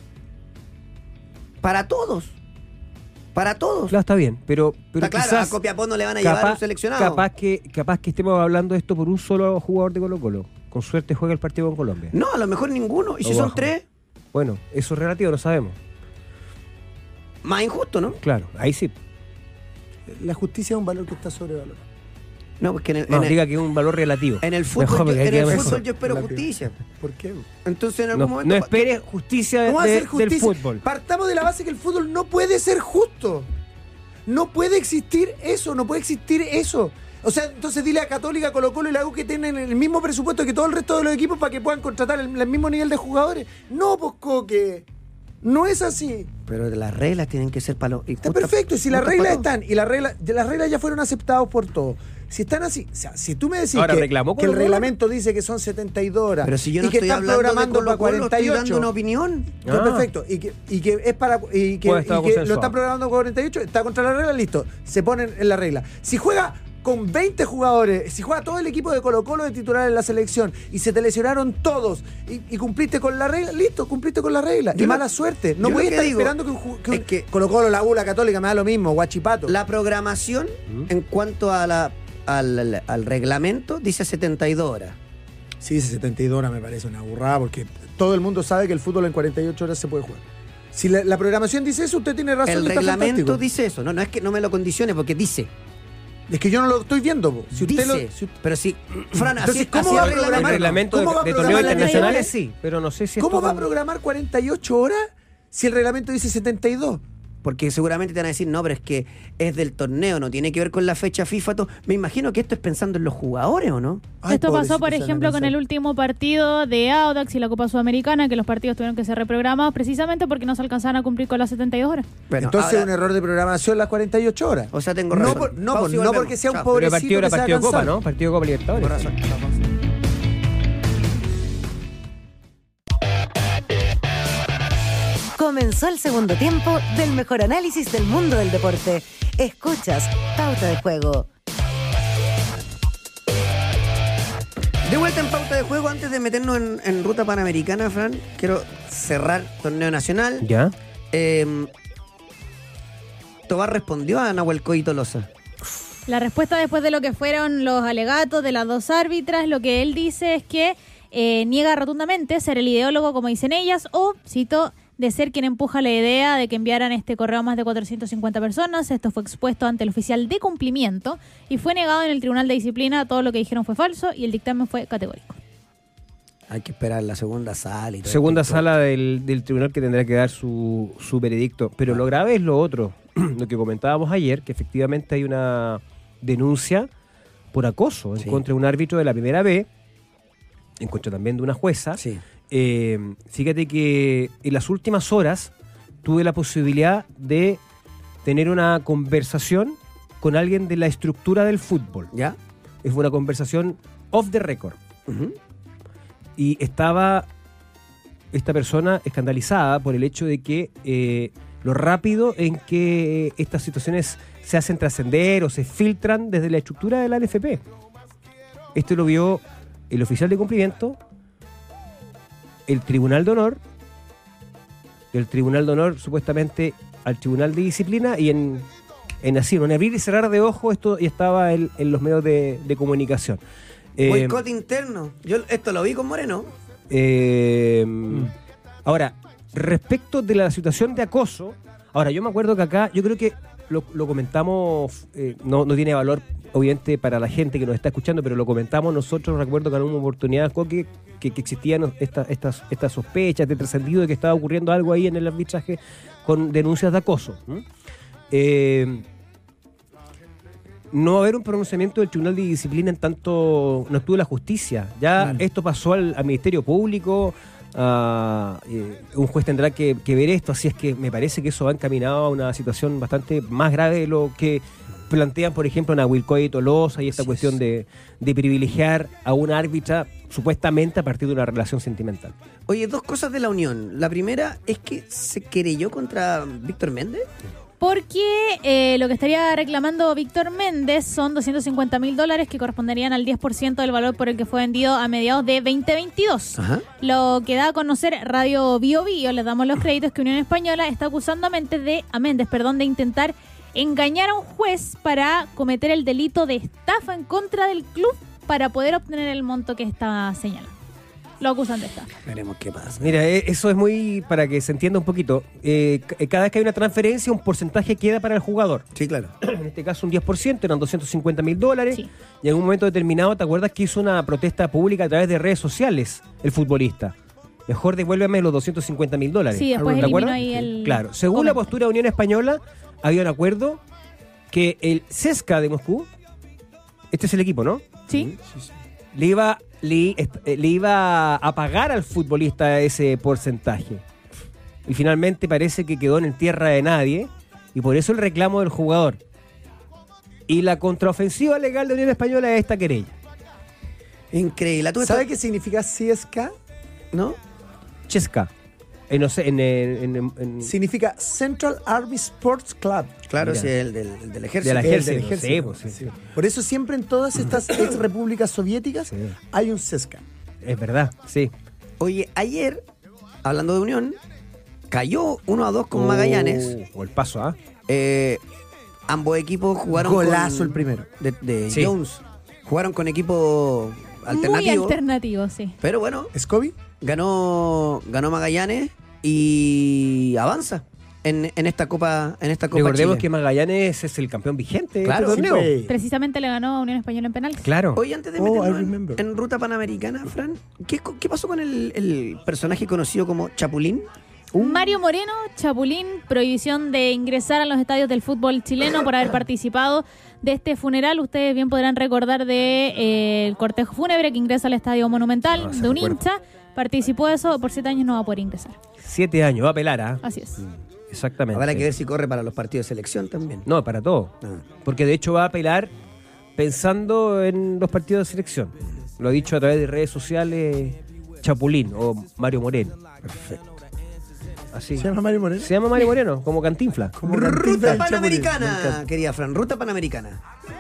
Para todos. Para todos. Claro, está bien, pero, pero Está claro, quizás a Copiapó no le van a llevar a un seleccionado. capaz que, capaz que estemos hablando de esto por un solo jugador de Colo Colo. Con suerte juega el partido con Colombia. No, a lo mejor ninguno. Y si O son bajo. tres, Bueno, eso es relativo, lo sabemos. más injusto, ¿no? Claro, ahí sí. la justicia es un valor que está sobrevalorado. No, porque en el, No, en el- diga que es un valor relativo. en el Mejor, fútbol, yo, porque ahí en el queda fútbol mejor. yo espero Relativo. justicia. ¿Por qué? Entonces en algún No, momento... no espere justicia ¿Cómo va a de- ser justicia? del fútbol. Partamos de la base que el fútbol no puede ser justo. No puede existir eso, no puede existir eso. O sea, entonces dile a Católica, Colo Colo y la U que tienen el mismo presupuesto que todo el resto de los equipos para que puedan contratar el, el mismo nivel de jugadores. No, pues Coque. No es así. Pero las reglas tienen que ser para los... Está perfecto. Y si las reglas están, y las reglas, las reglas ya fueron aceptadas por todos. Si están así, o sea, si tú me decís Ahora, que, reclamó que el Colo-Colo. reglamento dice que son setenta y dos horas Pero si yo no y que estoy están hablando de programando Colo para Colo, cuarenta y estoy ocho. dando una opinión. Pues Ah. perfecto. Y que, y que es para y que, Puede y estar que lo consensuado. están programando con cuarenta y ocho, está contra la regla, listo. Se ponen en la regla. Si juega con veinte jugadores, si juega todo el equipo de Colo-Colo de titular en la selección y se te lesionaron todos y, y cumpliste con la regla, listo, cumpliste con la regla. Yo y lo- mala suerte. No yo voy a lo que estar digo esperando que, un ju- que un- es que- Colo-Colo, la U, la Católica, me da lo mismo, Guachipato. La programación en cuanto a la, al, al- al reglamento dice setenta y dos horas. Sí, setenta y dos horas me parece una burrada porque todo el mundo sabe que el fútbol en cuarenta y ocho horas se puede jugar. Si la, la programación dice eso, usted tiene razón. El está reglamento fantástico. dice eso. No, no es que no me lo condicione porque dice. Es que yo no lo estoy viendo. Po. Si usted dice. lo, si- Pero si. Fran, Entonces, así, ¿cómo así va a el El programar? reglamento de, ¿Cómo va a de programar torneos la internacionales N B A? sí, pero no sé si ¿Cómo esto va a con- programar cuarenta y ocho horas si el reglamento dice setenta y dos? Porque seguramente te van a decir, no, pero es que es del torneo, no tiene que ver con la fecha FIFA. Todo. Me imagino que esto es pensando en los jugadores, ¿o no? Ay, Esto pasó, pobrecito, por se van a ejemplo, con cansar. el último partido de Audax y la Copa Sudamericana, que los partidos tuvieron que ser reprogramados precisamente porque no se alcanzaban a cumplir con las setenta y dos horas. Bueno, Entonces ahora- un error de programación las cuarenta y ocho horas. O sea, tengo no razón. por- no, Pausa por- y no volvemos. porque sea un Chao. Pero pobrecito partido era que se va a partido Copa, cansar. ¿no? Partido Copa Libertadores. Tengo razón. Chao, pausa. Comenzó el segundo tiempo del mejor análisis del mundo del deporte. Escuchas Pauta de Juego. De vuelta en pauta de juego, antes de meternos en, en ruta panamericana, Fran, quiero cerrar torneo nacional. ¿Ya? Eh, Tobar respondió a Nahuel Coy Tolosa. La respuesta después de lo que fueron los alegatos de las dos árbitras, lo que él dice es que eh, niega rotundamente ser el ideólogo, como dicen ellas, o, cito, de ser quien empuja la idea de que enviaran este correo a más de cuatrocientas cincuenta personas. Esto fue expuesto ante el oficial de cumplimiento y fue negado en el Tribunal de Disciplina. Todo lo que dijeron fue falso y el dictamen fue categórico. Hay que esperar la segunda sala y todo. Segunda esto. sala del, del tribunal que tendrá que dar su, su veredicto. Pero lo grave es lo otro, lo que comentábamos ayer, que efectivamente hay una denuncia por acoso en Sí. contra de un árbitro de la primera B, en contra también de una jueza. Sí. Eh, fíjate que en las últimas horas tuve la posibilidad de tener una conversación con alguien de la estructura del fútbol. ¿Ya? Es una conversación off the record. Ujú. Y estaba esta persona escandalizada por el hecho de que eh, lo rápido en que estas situaciones se hacen trascender o se filtran desde la estructura de la N F P. Esto lo vio el oficial de cumplimiento, el Tribunal de Honor, el Tribunal de Honor supuestamente al Tribunal de Disciplina y en, en así, en abrir y cerrar de ojo esto y estaba en, en los medios de, de comunicación. Eh, Boicot interno. Yo esto lo vi con Moreno. Eh, Ahora, respecto de la situación de acoso, ahora yo me acuerdo que acá, yo creo que lo, lo comentamos, eh, no, no tiene valor obviamente para la gente que nos está escuchando, pero lo comentamos nosotros, recuerdo que en una oportunidad que, que, que existían esta- estas, estas sospechas de trascendido de que estaba ocurriendo algo ahí en el arbitraje con denuncias de acoso. ¿m? Eh, no va a haber un pronunciamiento del Tribunal de Disciplina en tanto no actúe la justicia. Ya Claro. esto pasó al, al Ministerio Público, a, eh, un juez tendrá que, que ver esto, así es que me parece que eso va encaminado a una situación bastante más grave de lo que plantean, por ejemplo, en Nahuilcoy y Tolosa y esta Así cuestión es. de, de privilegiar a una árbitra supuestamente a partir de una relación sentimental. Oye, dos cosas de la Unión. La primera es que se querelló contra Víctor Méndez. Porque eh, lo que estaría reclamando Víctor Méndez son doscientos cincuenta mil dólares que corresponderían al diez por ciento del valor por el que fue vendido a mediados de veinte veintidós. Ajá. Lo que da a conocer Radio Bio Bio, les damos los créditos, que Unión Española está acusando a Méndez de, a Méndez, perdón, de intentar engañar a un juez para cometer el delito de estafa en contra del club para poder obtener el monto que está señalando. Lo acusan de estafa. Veremos qué pasa. Mira, eh, eso es muy, para que se entienda un poquito, eh, c- cada vez que hay una transferencia, un porcentaje queda para el jugador. Sí, claro. En este caso un diez por ciento, eran doscientos cincuenta mil dólares. Sí. Y en un momento determinado, ¿te acuerdas que hizo una protesta pública a través de redes sociales el futbolista? Mejor devuélveme los doscientos cincuenta mil dólares. Sí, después ¿Te eliminó acuerdas? ahí el Claro, según la comentario. postura de Unión Española, había un acuerdo que el C E S C A de Moscú, este es el equipo, ¿no? ¿Sí? Le iba, le, est- eh, le iba a pagar al futbolista ese porcentaje. Y finalmente parece que quedó en tierra de nadie, y por eso el reclamo del jugador. Y la contraofensiva legal de Unión Española es esta querella. Increíble. ¿Tú ¿Sabe estás- qué significa C S K? ¿No? Chesca. Eh, no sé, en... en, en- en- Significa Central Army Sports Club. Claro, Mira. sí, el del, el del ejército. del El ejército. del ejército. Sí, pues, sí, sí. Por eso siempre en todas estas ex repúblicas soviéticas Sí. hay un CESCA. Es verdad, sí. Oye, ayer, hablando de Unión, cayó uno a dos con Magallanes. O el paso, ¿ah? Eh, ambos equipos jugaron Golazo con- el primero. de, de Sí. Jones. Jugaron con equipo Muy alternativo. alternativo, sí. Pero bueno, ¿Scobie? ganó, ganó Magallanes y avanza en, en esta Copa, en esta Copa Recordemos Chile. que Magallanes es el campeón vigente de Claro, este Sí, torneo. pues. Precisamente le ganó a Unión Española en penales. Claro. Oye, antes de Oh, I meternos en, remember. en ruta panamericana, Fran, ¿qué, co- qué pasó con el, el personaje conocido como Chapulín? Mario Moreno, Chapulín, prohibición de ingresar a los estadios del fútbol chileno por haber participado de este funeral. Ustedes bien podrán recordar de eh, el cortejo fúnebre que ingresa al Estadio Monumental Ah, sí, de un recuerdo. hincha. Participó de eso, por siete años no va a poder ingresar. Siete años, va a pelar, ¿ah? Así es. Exactamente. Habrá que ver si corre para los partidos de selección también. No, para todo. Ah. Porque de hecho va a apelar pensando en los partidos de selección. Lo ha dicho a través de redes sociales Chapulín o Mario Moreno. Perfecto. Así. ¿Se llama Mario Moreno? Se llama Mario Moreno, como Cantinfla. Como Cantinflas Ruta del Chapulín. Me Panamericana, encanta. querida Fran, Ruta Panamericana.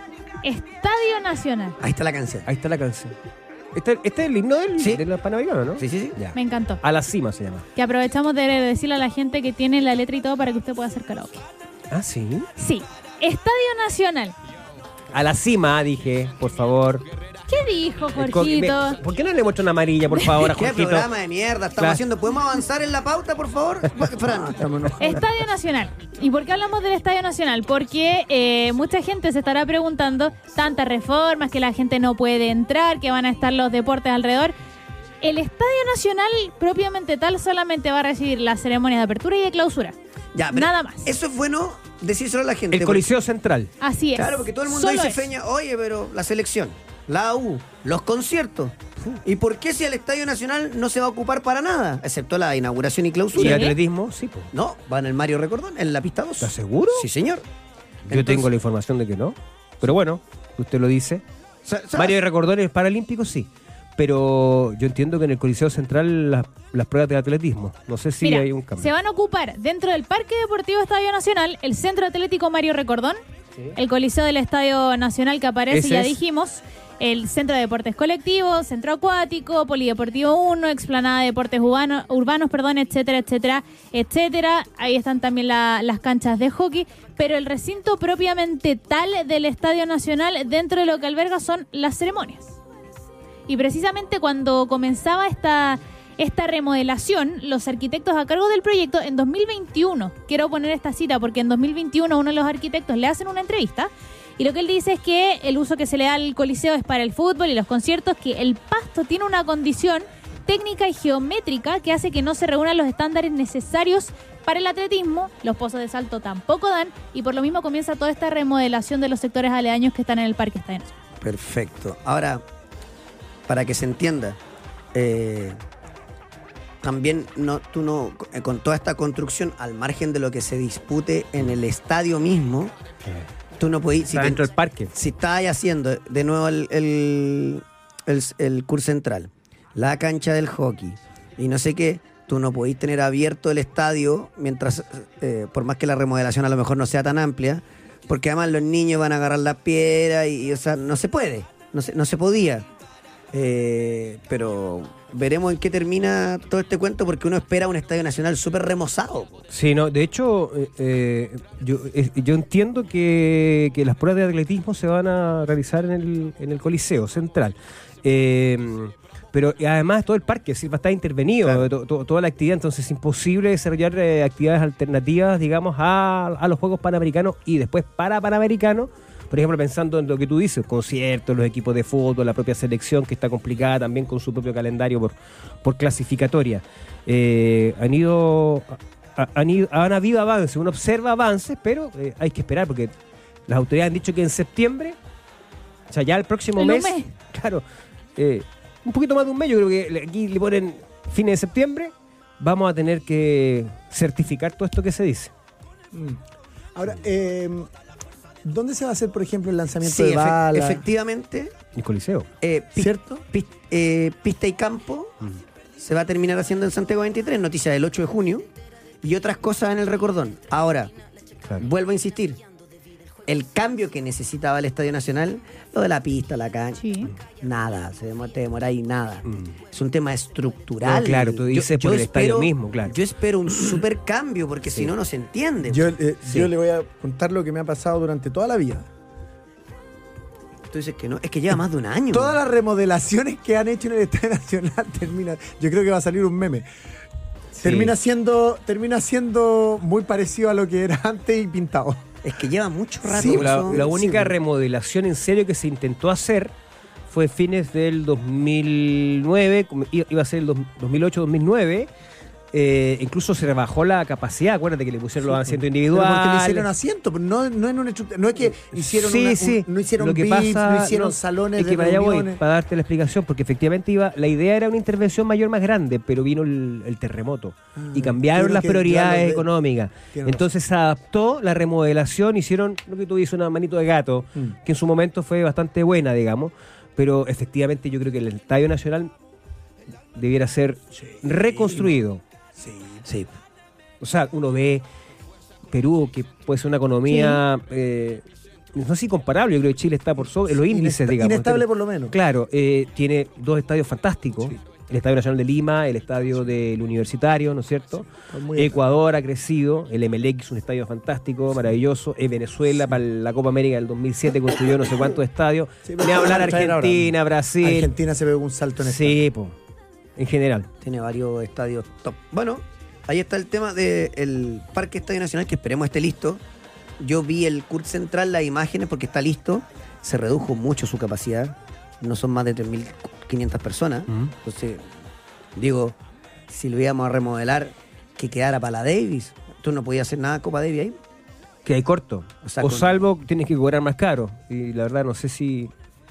Estadio Nacional. Ahí está la canción. Ahí está la canción. Este, este es el himno del, Sí. de los panamericanos, ¿no? Sí, sí, sí. Ya. Me encantó. A la cima se llama. Que aprovechamos de decirle a la gente que tiene la letra y todo para que usted pueda hacer karaoke. Ah, sí. Sí. Estadio Nacional. A la cima, dije, por favor. ¿Qué dijo, El co- Jorgito? me- ¿Por qué no le muestro una amarilla, por favor, a ¿Qué Jorgito? programa de mierda estamos Claro. haciendo? ¿Podemos avanzar en la pauta, por favor? Fran. Estamos enojados. Estadio Nacional. ¿Y por qué hablamos del Estadio Nacional? Porque eh, mucha gente se estará preguntando tantas reformas, que la gente no puede entrar, que van a estar los deportes alrededor. El Estadio Nacional, propiamente tal, solamente va a recibir las ceremonias de apertura y de clausura. Ya, pero Nada más. Eso es bueno decírselo a la gente. El Coliseo Central. Así es. Claro, porque todo el mundo Solo dice, eso. Feña, oye, pero la selección, la U, los conciertos. ¿Y por qué si el Estadio Nacional no se va a ocupar para nada? Excepto la inauguración y Y clausura. el atletismo, sí, pues. No, va en el Mario Recordón, en la pista dos. ¿Estás seguro? Sí, señor. Yo Entonces- tengo la información de que no. Pero bueno, usted lo dice. Sa- sa- Mario de recordones paralímpicos, sí. Pero yo entiendo que en el Coliseo Central las, las pruebas de atletismo. No sé si Mira, hay un cambio. se van a ocupar dentro del Parque Deportivo Estadio Nacional, el Centro Atlético Mario Recordón, el Coliseo del Estadio Nacional que aparece, Ese ya es. dijimos, el Centro de Deportes Colectivos, Centro Acuático, Polideportivo uno, Explanada de Deportes Urbano- Urbanos, perdón, etcétera, etcétera, etcétera. Ahí están también la- las canchas de hockey, pero el recinto propiamente tal del Estadio Nacional, dentro de lo que alberga, son las ceremonias. Y precisamente cuando comenzaba esta, esta remodelación, los arquitectos a cargo del proyecto en dos mil veintiuno, quiero poner esta cita porque en dos mil veintiuno uno de los arquitectos le hacen una entrevista y lo que él dice es que el uso que se le da al coliseo es para el fútbol y los conciertos, que el pasto tiene una condición técnica y geométrica que hace que no se reúnan los estándares necesarios para el atletismo, los pozos de salto tampoco dan y por lo mismo comienza toda esta remodelación de los sectores aledaños que están en el Parque Estadio Nacional. Perfecto. Ahora, para que se entienda, eh, también no, tú no, eh, con toda esta construcción, al margen de lo que se dispute en el estadio mismo, tú no puedes... Si, Está te- dentro del parque. si estás haciendo de nuevo el, el, el, el curso central, la cancha del hockey y no sé qué, tú no podés tener abierto el estadio mientras, eh, por más que la remodelación a lo mejor no sea tan amplia, porque además los niños van a agarrar la piedra y, y, o sea, no se puede, no se, no se podía. Eh, pero veremos en qué termina todo este cuento porque uno espera un estadio nacional súper remozado. Sí, no, de hecho, eh, eh, yo, eh, yo entiendo que, que las pruebas de atletismo se van a realizar en el, en el Coliseo Central. Eh, pero además todo el parque es decir, va a estar intervenido, Claro. to- to- toda la actividad, entonces es imposible desarrollar eh, actividades alternativas, digamos, a, a los Juegos Panamericanos y después para Panamericanos. Por ejemplo, pensando en lo que tú dices, conciertos, los equipos de fútbol, la propia selección que está complicada también con su propio calendario por, por clasificatoria. Eh, han ido, ha- han ido, han habido avances, uno observa avances, pero eh, hay que esperar porque las autoridades han dicho que en septiembre, o sea, ya el próximo En un mes, mes. claro, eh, un poquito más de un mes, yo creo que le- aquí le ponen fines de septiembre, vamos a tener que certificar todo esto que se dice. Mm. Ahora, eh, ¿dónde se va a hacer, por ejemplo, el lanzamiento Sí, de efe- balas? efectivamente. El Coliseo. eh, pis- ¿Cierto? pis- eh, pista y campo se va a terminar haciendo en Santiago veintitrés, noticia del ocho de junio, y otras cosas en el Recordón. Ahora, Claro. vuelvo a insistir, el cambio que necesitaba el Estadio Nacional, lo de la pista, la cancha, Sí. nada, se demora, te demora ahí nada. Mm. Es un tema estructural. No, claro, tú dices por el estadio mismo, claro. Yo espero un super cambio, porque Sí. si no, no se entiende. Yo, eh, Sí. yo le voy a contar lo que me ha pasado durante toda la vida. Tú dices que no, es que lleva más de un año. Todas las remodelaciones que han hecho en el Estadio Nacional terminan. Yo creo que va a salir un meme. Sí. Termina siendo, termina siendo muy parecido a lo que era antes y pintado. Es que lleva mucho rato. Sí, por la, eso- la única sí. remodelación en serio que se intentó hacer fue fines del dos mil nueve, como iba iba a ser el dos- dos mil ocho dos mil nueve. Eh, incluso se rebajó la capacidad, acuérdate que le pusieron los asientos Pero individuales. porque le hicieron asiento, pero no, no en una estructura- no es que hicieron Sí, una- un- sí. no hicieron Lo que V I Ps, pasa- no hicieron no, salones es que de para allá voy, reuniones. para darte la explicación, porque efectivamente iba, la idea era una intervención mayor más grande, pero vino el, el terremoto Ah, y cambiaron tuvieron las que prioridades llevarlo de- económicas. Tienes Entonces se adaptó la remodelación, hicieron lo que tú dices, una manito de gato, Mm. que en su momento fue bastante buena, digamos, pero efectivamente yo creo que el Estadio Nacional debiera ser reconstruido. Sí. Sí. O sea, uno ve Perú, que puede ser una economía, eh, no sé si comparable, yo creo que Chile está por sobre, en los índices, Inesta- digamos. Inestable por lo menos. Claro, eh, tiene dos estadios fantásticos. Sí. El Estadio Nacional de Lima, el Estadio del Universitario, ¿no es cierto? Son muy Ecuador ha crecido, el M L X, un estadio fantástico, maravilloso. Eh, Venezuela, para la Copa América del dos mil siete, construyó no sé cuántos estadios. Sí, Ni pero hablar vamos a traer ahora. Argentina, Brasil. Argentina se pegó un salto en Sí, po, en general. Tiene varios estadios top. Bueno, ahí está el tema del Parque Estadio Nacional, que esperemos esté listo. Yo vi el C U R Central, las imágenes, porque está listo. Se redujo mucho su capacidad. No son más de tres mil quinientas personas. Ujú. Entonces, digo, si lo íbamos a remodelar, que quedara para la Davis. Tú no podías hacer nada Copa Davis ahí. Que hay corto. O sea, o con- salvo que tienes que cobrar más caro. Y la verdad no sé si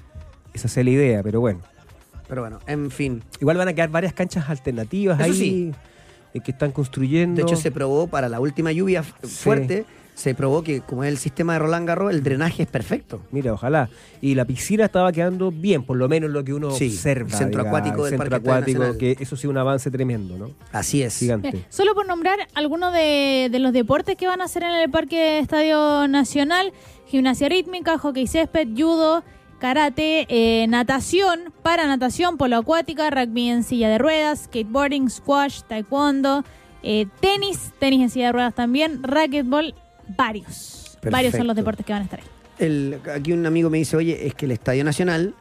esa sea la idea, pero bueno. Pero bueno, en fin. Igual van a quedar varias canchas alternativas Eso ahí sí. eh, que están construyendo. De hecho, se probó para la última lluvia f- Sí. fuerte. Se probó que, como es el sistema de Roland Garros, el drenaje es perfecto. Mira, ojalá. Y la piscina estaba quedando bien, por lo menos lo que uno Sí, observa. el centro digamos, acuático del el centro Parque Estadio acuático, Nacional. que eso sí un avance tremendo, ¿no? Así es. Gigante. Bien, solo por nombrar algunos de, de los deportes que van a hacer en el Parque Estadio Nacional: gimnasia rítmica, hockey césped, judo, karate, eh, natación, para natación, polo acuática, rugby en silla de ruedas, skateboarding, squash, taekwondo, eh, tenis, tenis en silla de ruedas también, racquetball, varios. Varios son los Perfecto. deportes que van a estar ahí. El- aquí un amigo me dice, oye, es que el Estadio Nacional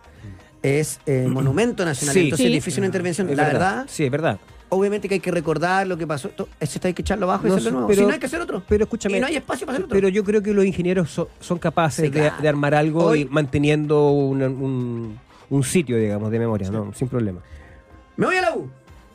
es eh, monumento nacional, Sí. entonces Sí. es difícil una intervención. Es La verdad, Sí, es verdad. obviamente que hay que recordar lo que pasó. To- Eso hay que echarlo abajo y No hacerlo sé, nuevo. pero- si no hay que hacer otro. Pero escúchame. Y no hay espacio para hacer otro. Pero yo creo que los ingenieros so- son capaces Sí, de, claro. de armar algo Hoy- y manteniendo una- un, un sitio, digamos, de memoria, ¿no? Sin problema. Me voy a la U.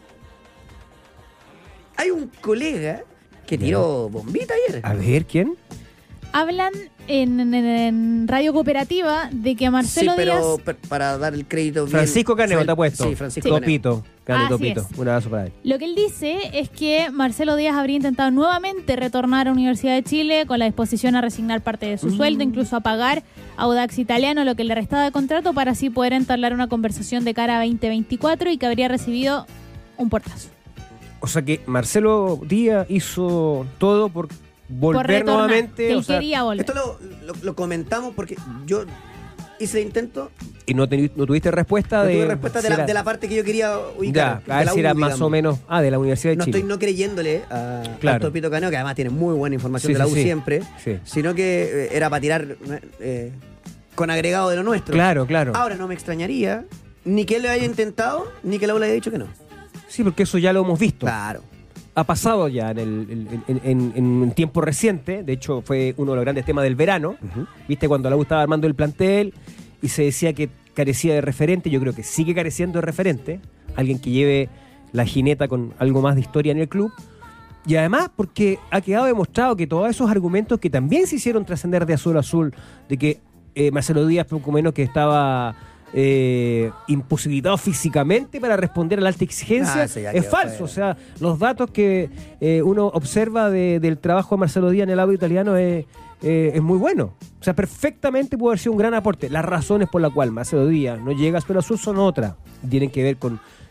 Hay un colega que tiró bombita ayer. A ver, ¿quién? Hablan en, en- en Radio Cooperativa de que Marcelo sí, pero Díaz... per- para dar el crédito bien. Francisco Caneo fue el- te ha puesto. Sí, Francisco Caneo. Topito. Grande Así Topito. es. Un abrazo para él. Lo que él dice es que Marcelo Díaz habría intentado nuevamente retornar a Universidad de Chile con la disposición a resignar parte de su sueldo, incluso a pagar a Audax Italiano lo que le restaba de contrato para así poder entablar una conversación de cara a veinte veinticuatro y que habría recibido un portazo. O sea que Marcelo Díaz hizo todo por volver por retornar, nuevamente. que él o sea, quería volver. Esto lo, lo- lo comentamos porque yo hice el intento. y no, teni- no tuviste respuesta No de. tuve respuesta de si la, era- de la parte que yo quería Ya, ubicar. a ver de la si U, era más digamos. o menos. Ah, de la Universidad de No Chile. estoy no creyéndole a, Claro. a Topito Caneo, que además tiene muy buena información Sí, de la sí, U sí. siempre, Sí. sino que eh, era para tirar eh, con agregado de lo nuestro. Claro, claro. Ahora no me extrañaría ni que él lo haya intentado, ni que la U le haya dicho que no. Sí, porque eso ya lo hemos visto. Claro. Ha pasado ya en, el, en, en- en- en un tiempo reciente. De hecho, fue uno de los grandes temas del verano. Viste, cuando la U estaba armando el plantel y se decía que carecía de referente. Yo creo que sigue careciendo de referente. Alguien que lleve la jineta con algo más de historia en el club. Y además, porque ha quedado demostrado que todos esos argumentos que también se hicieron trascender de azul a azul, de que eh, Marcelo Díaz, poco menos que estaba eh, imposibilitado físicamente para responder a la alta exigencia, Ah, ese ya es quedó falso. fuera. O sea, los datos que eh, uno observa de- del trabajo de Marcelo Díaz en el audio italiano es, eh, es muy bueno. O sea, perfectamente pudo haber sido un gran aporte. Las razones por las cuales Marcelo Díaz no llega a Azul Azul son otras. Tienen que ver con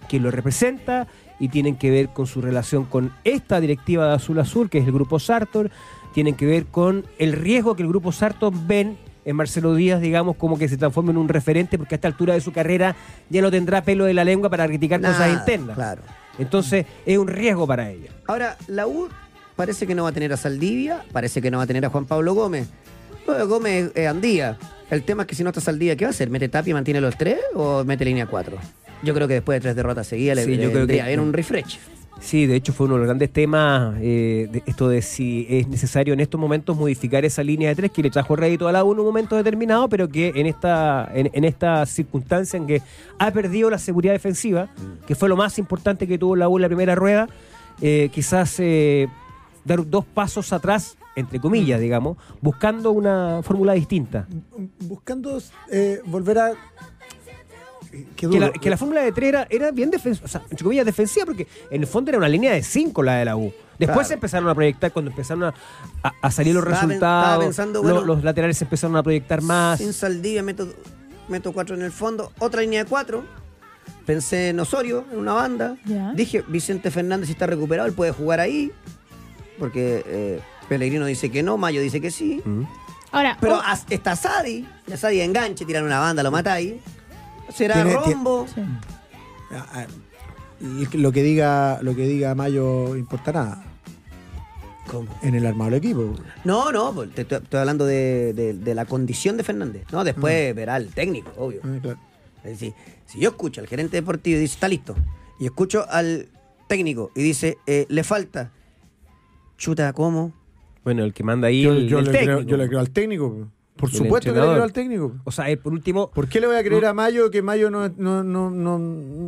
quién lo representa y tienen que ver con su relación con esta directiva de Azul Azul, que es el Grupo Sartor, tienen que ver con el riesgo que el Grupo Sartor ven en Marcelo Díaz, digamos, como que se transforme en un referente, porque a esta altura de su carrera ya no tendrá pelo de la lengua para criticar Nada, cosas internas. Claro. Entonces, es un riesgo para ella. Ahora, la U parece que no va a tener a Saldivia, parece que no va a tener a Juan Pablo Gómez. Bueno, Gómez es Andía. El tema es que si no está Saldivia, ¿qué va a hacer? ¿Mete Tapia y mantiene los tres o mete línea cuatro? Yo creo que después de tres derrotas seguidas Sí, le, yo le creo vendría que- bien un refresh. Sí, de hecho fue uno de los grandes temas, eh, de esto de si es necesario en estos momentos modificar esa línea de tres que le trajo rédito a la U en un momento determinado, pero que en esta, en, en esta circunstancia en que ha perdido la seguridad defensiva, que fue lo más importante que tuvo la U en la primera rueda, eh, quizás eh, dar dos pasos atrás, entre comillas, digamos, buscando una fórmula distinta. Buscando eh, volver a... Qué Que duro. la, que la fórmula de tres era, era bien defensiva, o sea, entre comillas defensiva, porque en el fondo era una línea de cinco la de la U. Después Claro. se empezaron a proyectar, cuando empezaron a, a- a salir los Estaba pen- resultados, estaba pensando, lo- bueno, los laterales se empezaron a proyectar más. Sin Saldivia meto, meto cuatro en el fondo, otra línea de cuatro. Pensé en Osorio, en una banda. Ya. Dije, Vicente Fernández si está recuperado, él puede jugar ahí. Porque eh, Pellegrino dice que no, Mayo dice que sí. Mm. Ahora, Pero oh, as- está Sadi, ya Sadi enganche, tiran una banda, lo matáis. Será Tiene- Rombo. sí. Ah, ah, y lo que diga lo que diga Mayo importa nada ¿Cómo? en el armado del equipo. No, no, pues, te estoy, estoy hablando de, de- de la condición de Fernández. No, después verá el técnico, obvio. Ah, claro. Es decir, si yo escucho al gerente deportivo y dice, está listo, y escucho al técnico y dice, eh, le falta, chuta, ¿cómo? Bueno, el que manda ahí Yo, el, yo el le técnico. creo, yo le creo al técnico. Por El supuesto que le entrenador. creo al técnico. O sea, eh, por último, ¿Por qué le voy a creer a Mayo que Mayo no, no, no, no,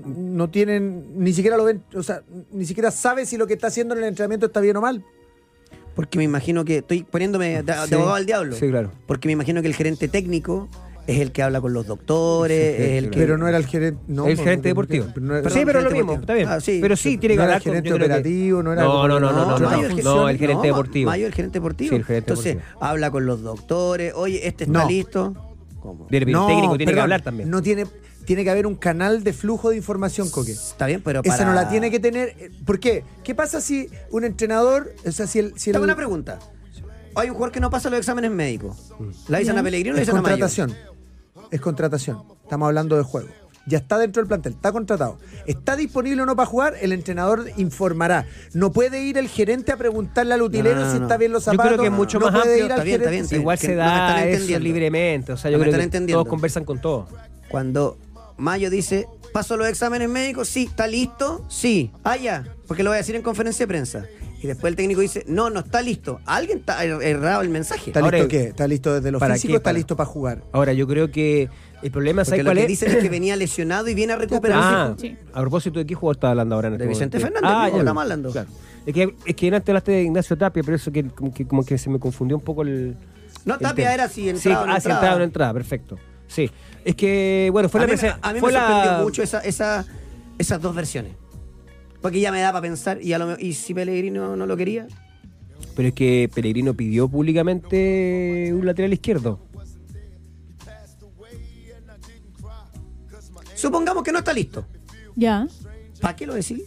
no tienen, ni siquiera lo ven, o sea, ni siquiera sabe si lo que está haciendo en el entrenamiento está bien o mal? Porque me imagino que estoy poniéndome de, de Sí. abogado al diablo. Sí, claro. Porque me imagino que el gerente técnico es el que habla con los doctores, Sí, sí, es el sí, que... Pero no era el gerente. No, el no, gerente no, deportivo. pero no era- Perdón, sí, pero lo gerente mismo, deportivo. está bien. Ah, sí. Pero sí, tiene que no era hablar con- gerente yo creo que- operativo, no era No, como- no, no, no, no, otra no, Mayo, el no, el gerente- gerente no, deportivo. Mayo, el gerente deportivo. Sí, el gerente Entonces, deportivo. habla con los doctores, oye, este está No. listo. ¿Cómo? Bien, el No, técnico tiene que perdón, hablar también. No tiene, tiene que haber un canal de flujo de información, Coque. Está bien, pero para... Esa no la tiene que tener. eh, ¿Por qué? ¿Qué pasa si un entrenador, o sea, si el, si el- Tengo una pregunta. Hay un jugador que no pasa los exámenes médicos. ¿La dicen Ya. a Pellegrino o la es dicen a Mayo? contratación? Es contratación. Estamos hablando de juego. Ya está dentro del plantel, está contratado. ¿Está disponible o no para jugar? El entrenador informará. No puede ir el gerente a preguntarle al utilero No, no, si no. está bien los Yo zapatos. creo que es mucho no más puede amplio. ir al Está bien, está gerente. bien. Igual que se no me están da eso entendiendo. libremente. O sea, yo No me creo están que entendiendo. todos conversan con todos. Cuando Mayo dice, ¿paso los exámenes médicos? Sí. ¿Está listo? Sí. Ah, ya. Porque lo voy a decir en conferencia de prensa. Y después el técnico dice, no, no está listo. Alguien está er- errado el mensaje. ¿Está Ahora, listo qué? ¿Está listo desde lo ¿para físico qué? o está Para- listo para jugar? Ahora, yo creo que el problema, Porque ¿sabes lo cuál que es? dicen es que venía lesionado y viene a recuperar. Ah, Sí. a propósito, ¿de qué jugador estás hablando ahora? En De este Vicente momento? Fernández, Ah, mismo ya. estamos hablando. Claro. Es que, es que antes hablaste de Ignacio Tapia, pero eso que como que, como que se me confundió un poco el... No, el Tapia tema. era si Sí, entraba o no ah, si entraba. entraba o no entraba, perfecto. Sí. Es que, bueno, fue a la... mí, me- presen- a mí fue me la- sorprendió mucho esa, esa, esas dos versiones. Porque ya me da para pensar, y, a lo me- y si Pellegrino no lo quería. Pero es que Pellegrino pidió públicamente un lateral izquierdo. Supongamos que no está listo. Ya. ¿Para qué lo decís?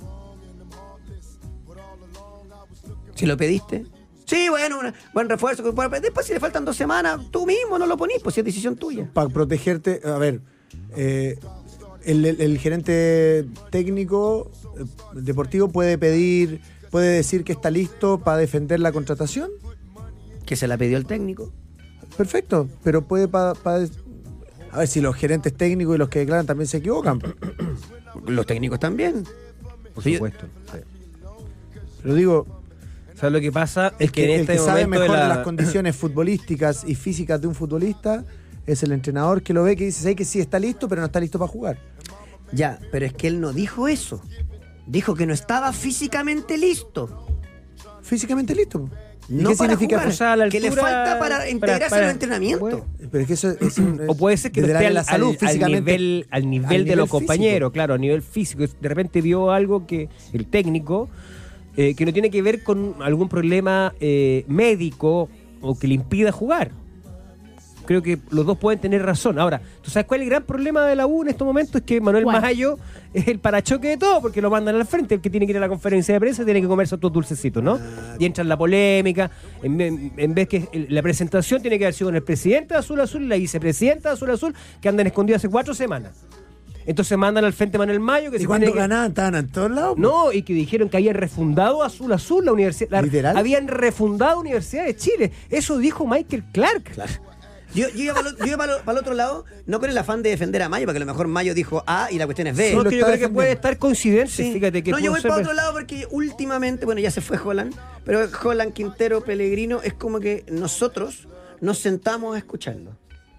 Si lo pediste. Sí, bueno, un buen refuerzo. Pero después, si le faltan dos semanas, tú mismo no lo ponís, pues si es decisión tuya. Para protegerte, a ver, eh, el, el- el gerente técnico eh, deportivo puede pedir, puede decir que está listo para defender la contratación. Que se la pidió el técnico. Perfecto, pero puede para... a ver si los gerentes técnicos y los que declaran también se equivocan. Los técnicos también. Por Sí, supuesto. Sí. Pero digo, ¿Sabes lo que pasa? Es el que, que, en el este que sabe momento de mejor de la- las condiciones futbolísticas y físicas de un futbolista es el entrenador que lo ve, que dice, ¿sabes que sí está listo, pero no está listo para jugar? Ya, pero es que él no dijo eso. Dijo que no estaba físicamente listo. Físicamente listo. ¿Y No qué para significa? jugar. O sea, a la Que le altura- falta para integrarse para- al entrenamiento. Bueno, Pero es que eso es un- O puede ser que no desde esté la, al, la salud al- al físicamente. nivel, al nivel al de nivel los físico. compañeros, claro, a nivel físico. De repente vio algo que el técnico, eh, que no tiene que ver con algún problema eh, médico o que le impida jugar. creo que los dos pueden tener razón. Ahora, ¿tú sabes cuál es el gran problema de la U en estos momentos? Es que Manuel ¿Cuál? Mayo es el parachoque de todo, porque lo mandan al frente. El que tiene que ir a la conferencia de prensa tiene que comerse otros dulcecitos, ¿no? Y entra en la polémica. En, en, en vez que el- la presentación tiene que haber sido con el presidente de Azul Azul y la vicepresidenta de Azul Azul, que andan escondidos hace cuatro semanas. Entonces mandan al frente a Manuel Mayo, que ¿Y se cuando tiene que- ganaban estaban en todos lados? No, y que dijeron que habían refundado Azul Azul, la universidad. la- ¿Literal? Habían refundado Universidad de Chile. Eso dijo Michael Clark. Yo, yo iba para el, yo iba para el- para el otro lado, no con el afán de defender a Mayo, porque a lo mejor Mayo dijo A y la cuestión es B. No, lo que yo está creo que defendiendo. puede estar coincidente. Sí. Fíjate que no, yo pudo voy ser- para otro lado porque últimamente, bueno, ya se fue Holland, pero Holland, Quintero, Pellegrino, es como que nosotros nos sentamos a escucharlo.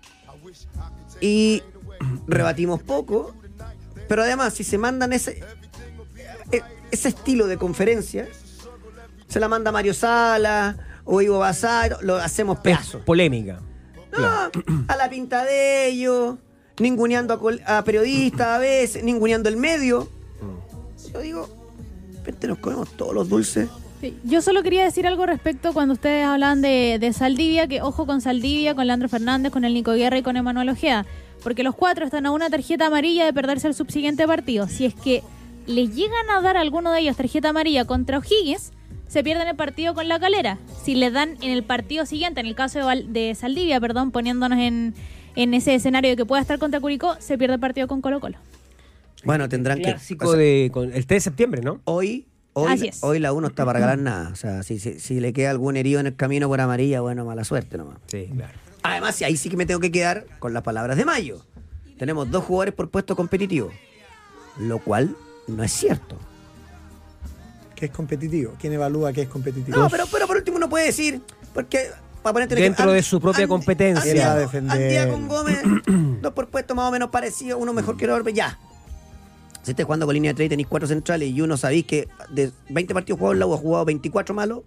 Y rebatimos poco, pero además, si se mandan ese, e- ese estilo de conferencia, se la manda Mario Sala o Ivo Basar, lo hacemos es pedazos. polémica. No, a la pinta de ellos, ninguneando a, col- a periodistas a veces, ninguneando el medio. Yo digo, de repente nos comemos todos los dulces. Sí, yo solo quería decir algo respecto cuando ustedes hablaban de, de Saldivia, que ojo con Saldivia, con Leandro Fernández, con el Nico Guerra y con Emanuel Ojeda, porque los cuatro están a una tarjeta amarilla de perderse el subsiguiente partido. Si es que le llegan a dar a alguno de ellos tarjeta amarilla contra O'Higgins, se pierden el partido con La Calera. Si le dan en el partido siguiente, en el caso de, Val- de Saldivia, perdón, poniéndonos en, en ese escenario de que pueda estar contra Curicó, se pierde el partido con Colo Colo. Bueno, tendrán que... Clásico o sea, de con el tres de septiembre, ¿no? Hoy, hoy, Así es. hoy la U no está para regalar nada. O sea, si, si, si le queda algún herido en el camino por amarilla, bueno, mala suerte nomás. Sí, claro. Además, si ahí sí que me tengo que quedar con las palabras de Mayo. Tenemos dos jugadores por puesto competitivo, lo cual no es cierto. ¿Qué es competitivo? ¿Quién evalúa qué es competitivo? No, pero, pero por último uno puede decir, porque para ponerte un Dentro ejemplo, de su propia competencia. Él va a Andía, defender. Andía con Gómez, dos por puesto más o menos parecido, uno mejor que el otro, ya. Si estés jugando con línea de tres y tenéis cuatro centrales y uno sabéis que de veinte partidos jugados, la U ha jugado veinticuatro malos,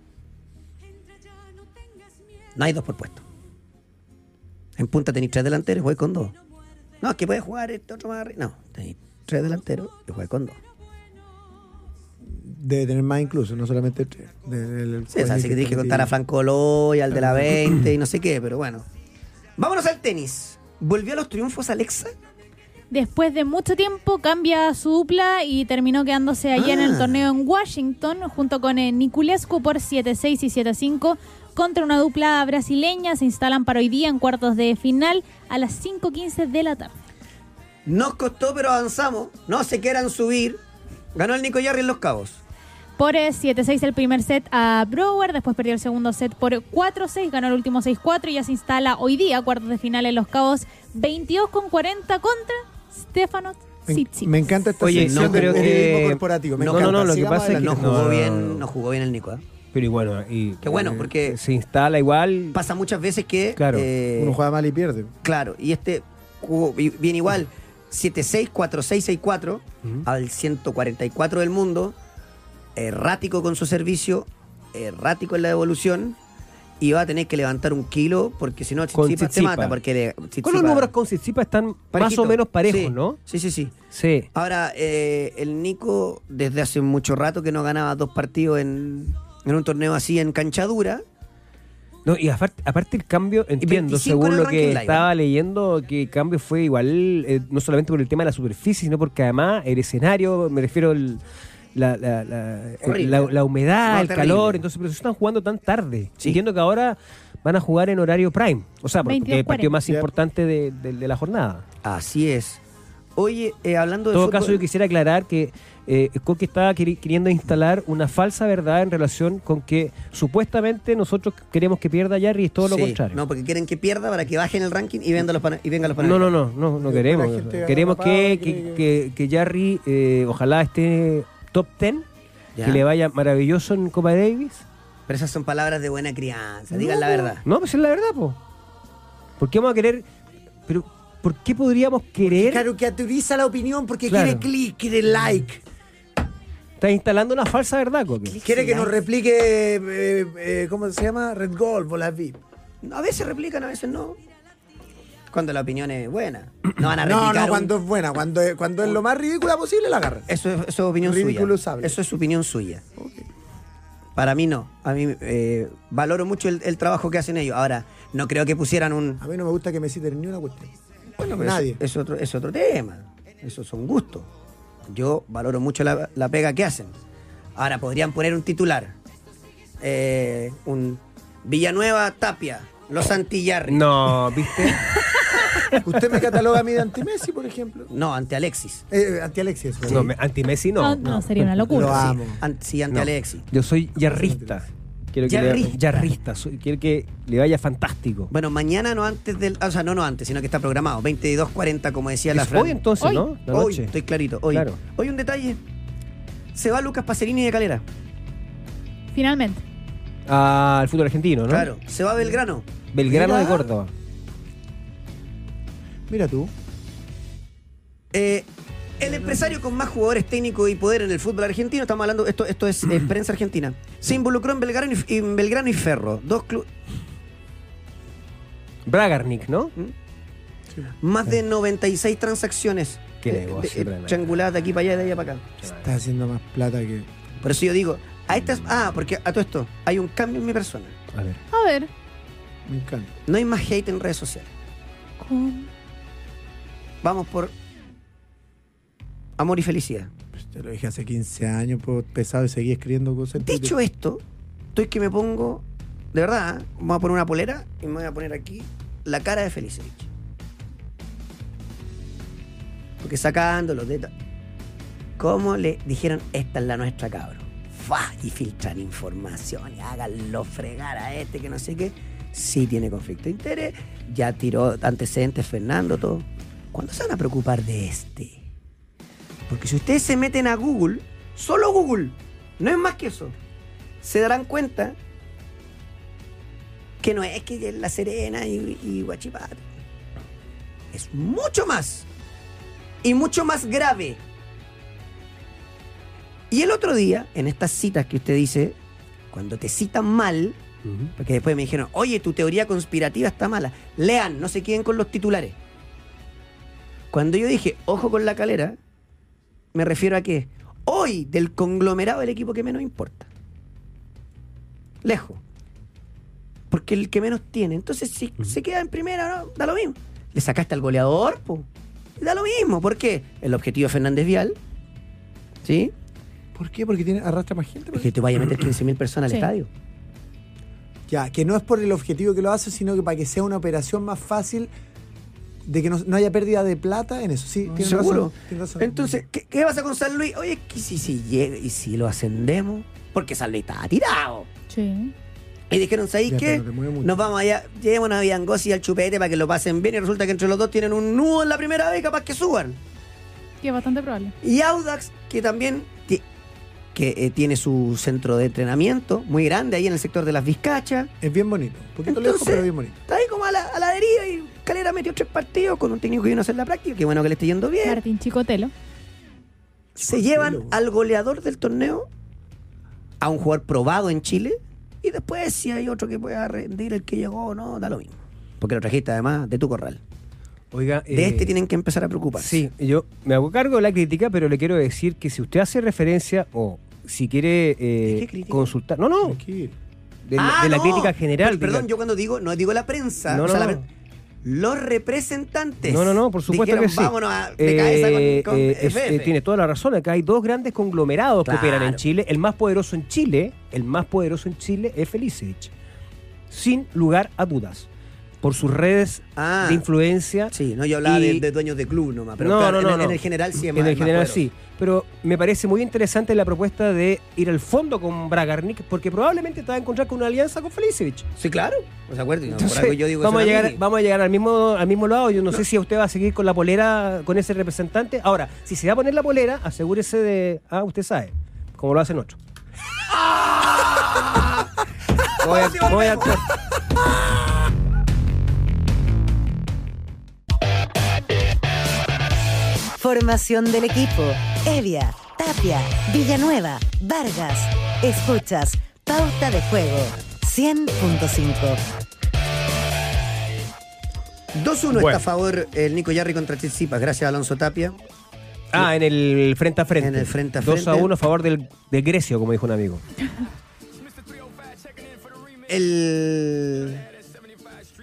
no hay dos por puesto. En punta tenéis tres delanteros y jugáis con dos. No, es que puedes jugar este otro más arriba. No, tenéis tres delanteros y jugáis con dos. Debe tener más incluso, no solamente tres. De- del- Sí, o sea, así que tienes que contar a Franco Loy, al de la veinte y no sé qué, pero bueno. Vámonos al tenis. ¿Volvió a los triunfos Alexa? Después de mucho tiempo cambia su dupla y terminó quedándose ayer en el Ah. torneo en Washington junto con eh, Niculescu por siete seis y siete cinco contra una dupla brasileña. Se instalan para hoy día en cuartos de final a las cinco quince de la tarde. Nos costó, pero avanzamos. No se quieran subir. Ganó el Nico Yarri en Los Cabos. Por eh, siete seis el primer set a Brouwer, después perdió el segundo set por cuatro seis, ganó el último seis cuatro y ya se instala hoy día cuartos de final en Los Cabos veintidós con cuarenta contra Stefanos Me, Tsitsipas. me encanta esta Oye, sección no del creo periodismo que- corporativo. Me No, no, encanta. no, lo que Sigamos pasa es que- No adelante. jugó no, no, bien, no. no jugó bien el Nico. ¿eh? Pero y bueno, y Qué bueno, porque- se instala igual. Pasa muchas veces que... Claro, eh, Uno juega mal y pierde. Claro, y este jugó bi- bien igual. siete seis, cuatro seis, seis cuatro al ciento cuarenta y cuatro del mundo. Errático con su servicio, errático en la devolución. Y va a tener que levantar un kilo porque si no Con Tsitsipas te Tsitsipas. mata. Porque le- Con los Tsitsipas- números con Tsitsipas están más Parejito. o menos parejos, Sí, ¿no? Sí, sí, sí. Sí. Ahora, eh, el Nico, desde hace mucho rato que no ganaba dos partidos en, en un torneo así en cancha dura. No, y aparte, aparte el cambio, entiendo, veinticinco según en el lo ranking que live, estaba leyendo, que el cambio fue igual, eh, no solamente por el tema de la superficie, sino porque además el escenario, me refiero al la, la, la, Horrible. la, la humedad, No, el terrible. calor, entonces pero se están jugando tan tarde. Sí. Entiendo que ahora van a jugar en horario prime, o sea, porque es el veintidós partido más cuarenta. importante de, de- de la jornada. Así es. Oye, eh, hablando En de todo fútbol, caso, yo quisiera aclarar que eh, Coque estaba queri- queriendo instalar una falsa verdad en relación con que supuestamente nosotros queremos que pierda Jarry y es todo lo Sí, contrario. No, porque quieren que pierda para que bajen el ranking y vengan los, pana- y vengan los No, Panamericanos. no, no, no, no Después queremos. la gente Queremos agarra que, pava, que, cree que, que Jarry eh, ojalá esté top diez, Ya. que le vaya maravilloso en Copa Davis. Pero esas son palabras de buena crianza, digan la verdad. No, pues es la verdad, po. ¿Por qué vamos a querer? Pero, ¿por qué podríamos querer? Caricaturiza la opinión porque Claro. quiere clic, quiere like. Estás instalando una falsa verdad, Coque. Quiere que nos replique, eh, eh, ¿cómo se llama? Red Gold o la V I P. A veces replican, a veces no. Cuando la opinión es buena. No van a No, replicar. no, un- cuando es buena. Cuando, es- cuando es lo más ridícula posible, la agarra. Eso es, eso es opinión Ridículo suya. usable. Eso es opinión suya. Para mí no. A mí eh, valoro mucho el, el trabajo que hacen ellos. Ahora, No creo que pusieran un... A mí no me gusta que me citen ni una cuestión. Bueno, pero Nadie. eso- es, otro, es otro tema. Esos son gustos. Yo valoro mucho la, la pega que hacen. Ahora, podrían poner un titular. Eh, un Villanueva Tapia, Los Antillarri. No, ¿viste? ¿Usted me cataloga a mí de anti-Messi, por ejemplo? No, ante Alexis. Eh, anti-Alexis. eso. No, me- anti-Messi no. No, no, sería una locura. Lo amo. An- sí, ante No. Alexis. Yo soy yarrista. Quiero que Yarrista. Le, yarrista. Soy- quiero que le vaya fantástico. Bueno, mañana no antes del... O sea, no, no antes, sino que está programado. veintidós cuarenta, como decía la Es Fran. hoy entonces, Hoy. ¿no? La Hoy, noche. estoy clarito. Hoy. Claro. Hoy un detalle. Se va Lucas Pacerini de Calera. Finalmente. Al fútbol argentino, ¿no? Claro. Se va Belgrano. Belgrano Mira. de Córdoba. Mira tú. Eh, el empresario con más jugadores técnicos y poder en el fútbol argentino, estamos hablando, esto, esto es eh, prensa argentina, se involucró en Belgrano y, en Belgrano y Ferro, dos clubes, Bragarnik, ¿no? más de noventa y seis transacciones Qué eh, negocio, de- eh, tremendo. trianguladas de aquí para allá y de allá para acá. Está haciendo más plata que... Por eso yo digo, a estas, ah, porque a todo esto hay un cambio en mi persona. A ver. A ver. Me encanta. No hay más hate en redes sociales. ¿Cómo? Vamos por amor y felicidad. Pues te lo dije hace quince años, pues, pesado y seguí escribiendo cosas. en Dicho Twitter. esto, estoy que me pongo, de verdad, ¿eh? Vamos a poner una polera y me voy a poner aquí la cara de Felicevich. Porque sacando los detalles. ¿Cómo le dijeron esta es la nuestra, cabrón? ¡Fa! Y filtran información y háganlo fregar a este que no sé qué. Sí tiene conflicto de interés. Ya tiró antecedentes Fernando, todo. ¿Cuándo se van a preocupar de este? Porque si ustedes se meten a Google, solo Google, no es más que eso, se darán cuenta que no es que es La Serena y, y Huachipato. Es mucho más. Y mucho más grave. Y el otro día, en estas citas que usted dice, cuando te citan mal, porque después me dijeron, oye, tu teoría conspirativa está mala, lean, no se queden con los titulares. Cuando yo dije, ojo con la Calera, me refiero a que hoy del conglomerado del equipo que menos importa. Lejos. Porque el que menos tiene. Entonces, si se queda en primera, no, da lo mismo. Le sacaste al goleador, po. Da lo mismo. ¿Por qué? El objetivo de Fernández Vial, ¿sí? ¿Por qué? Porque tiene, arrastra más gente. Es que te vaya a meter quince mil personas Sí. al estadio. Ya, que no es por el objetivo que lo hace, sino que para que sea una operación más fácil de que no, no haya pérdida de plata en eso. Sí, tiene Seguro. razón. tiene razón. Entonces, ¿qué, qué pasa con San Luis? Oye, que si, si llega y si lo ascendemos, porque San Luis estaba tirado. Sí. Y dijeron, ¿sabéis Ya, qué? pero te mueve mucho. Nos vamos allá, llevémonos a Viangosi y al Chupete para que lo pasen bien y resulta que entre los dos tienen un nudo en la primera vez capaz que suban. Que es bastante probable. Y Audax, que también ti- que eh, tiene su centro de entrenamiento muy grande ahí en el sector de las Vizcachas. Es bien bonito. Un poquito Entonces, lejos, pero bien bonito. Está ahí como a la, a la deriva y Calera metió tres partidos con un técnico que vino a hacer la práctica. Qué bueno que le esté yendo bien. Martín Chicotelo. Se llevan al goleador del torneo, a un jugador probado en Chile, y después si hay otro que pueda rendir, el que llegó o no, da lo mismo. Porque lo trajiste además de tu corral. Oiga, De eh, este tienen que empezar a preocuparse. Sí, yo me hago cargo de la crítica, pero le quiero decir que si usted hace referencia o si quiere eh, ¿De qué crítica? consultar. No, no, Tranquilo. de, la- Ah, de la no. crítica general. Pero, perdón, diga. yo cuando digo, no digo la prensa, No, o sea, no, la no. pre- los representantes. No, no, no, por supuesto dijeron, que sí. vámonos a, de cabeza Eh, con, con eh, F es- F. eh, tiene toda la razón. Acá hay dos grandes conglomerados Claro. que operan en Chile. El más poderoso en Chile, el más poderoso en Chile es Felicevich. Sin lugar a dudas. Por sus redes Ah. de influencia. Sí, no, yo hablaba Y- de, de dueños de club nomás. Pero No, claro, no, en, no, el- en no. el general sí es En más el es más general poderoso. sí. Pero me parece muy interesante la propuesta de ir al fondo con Bragarnik, porque probablemente te va a encontrar con una alianza con Felicevich. Sí, claro. ¿No se acuerdan? No, Entonces, por algo yo digo vamos, a eso llegar, mí. vamos a llegar al mismo, al mismo lado. Yo no, sé si usted va a seguir con la polera con ese representante. Ahora, si se va a poner la polera, asegúrese de. Ah, usted sabe, como lo hacen otros. voy, a, voy a actuar. Formación del equipo. Evia, Tapia, Villanueva, Vargas. Escuchas Pauta de Juego cien punto cinco. dos uno Bueno. está a favor el Nico Yarri contra Tsitsipas, gracias a Alonso Tapia. Ah, en el frente a frente. En el frente a dos a frente. uno a favor del, del Grecio, como dijo un amigo. El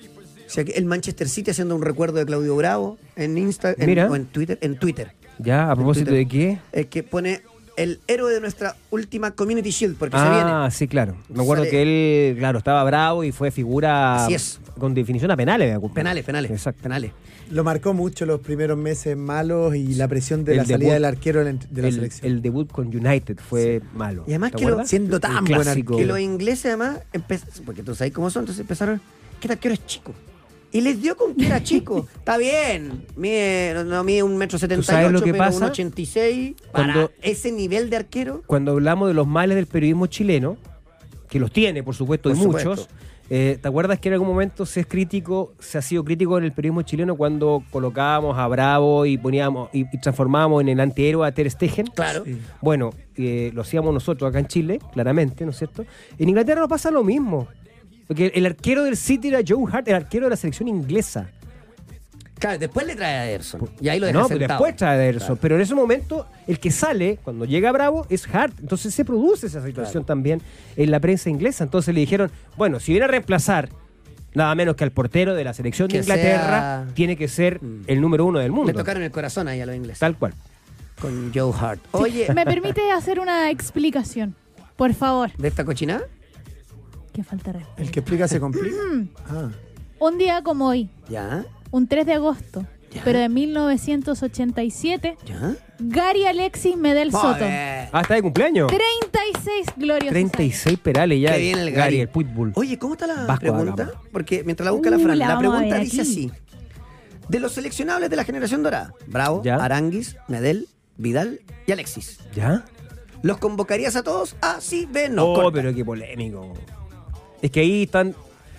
O sea, que el Manchester City haciendo un recuerdo de Claudio Bravo en Insta, en, Mira. o en Twitter, en Twitter. Ya, a propósito de Twitter. qué. Es que pone el héroe de nuestra última Community Shield, porque se viene. Ah, sí, claro. Me acuerdo Sale- que él, claro, estaba bravo y fue figura Así es. con definición a penales. me acuerdo. Penales, penales. Exacto. Penales. Lo marcó mucho los primeros meses malos y la presión de El la salida debut- del arquero de la, de la el, selección. el debut con United fue malo. Y además ¿te que lo- acuerdas? siendo tan Un buen clásico. Que los ingleses además, empe- porque tú sabes cómo son, entonces empezaron, que el arquero es chico. Y les dio con que era chico. Está bien, mide, no, no mide un metro setenta y sabes ocho, lo que pero pasa? un ochenta y seis. Para Cuando- ese nivel de arquero, Cuando hablamos de los males del periodismo chileno, que los tiene, por supuesto, Por y muchos, supuesto. eh, ¿te acuerdas que en algún momento se es crítico, se ha sido crítico en el periodismo chileno cuando colocábamos a Bravo y poníamos y, y transformábamos en el antihéroe a Ter Stegen? claro. Sí. Bueno, eh, lo hacíamos nosotros acá en Chile, claramente, ¿no es cierto? En Inglaterra no pasa lo mismo. Porque el arquero del City era Joe Hart, el arquero de la selección inglesa. Claro, después le trae a Ederson. Y ahí lo deja No, pero sentado. después trae a Ederson. Claro. Pero en ese momento, el que sale, cuando llega Bravo, es Hart. Entonces se produce esa situación Claro. también en la prensa inglesa. Entonces le dijeron, bueno, si viene a reemplazar nada menos que al portero de la selección de Que Inglaterra, sea- tiene que ser Mm. el número uno del Le mundo. tocaron el corazón ahí a los ingleses. Tal cual. Con Joe Hart. Oye, ¿Me permite hacer una explicación? Por favor. ¿de esta cochinada? Qué falta de respeto. El que explica se complica. Ah. Un día como hoy, Ya, un tres de agosto, Ya. pero de mil novecientos ochenta y siete, ya. Gary Alexis Medel Soto. Joder. Ah, está de cumpleaños. treinta y seis gloriosos treinta y seis perales ya. Qué bien el Gary, Gary. el Pitbull. Oye, ¿cómo está la Vasco da pregunta? Gama. Porque mientras la busca la Uh, Fran, la la, vamos a pregunta ver dice aquí. así. De los seleccionables de la generación dorada, Bravo, Ya. Aranguis, Medel, Vidal y Alexis. ¿Ya? ¿Los convocarías a todos? Ah, sí, B, no. Oh, corta. pero qué polémico. Es que ahí están...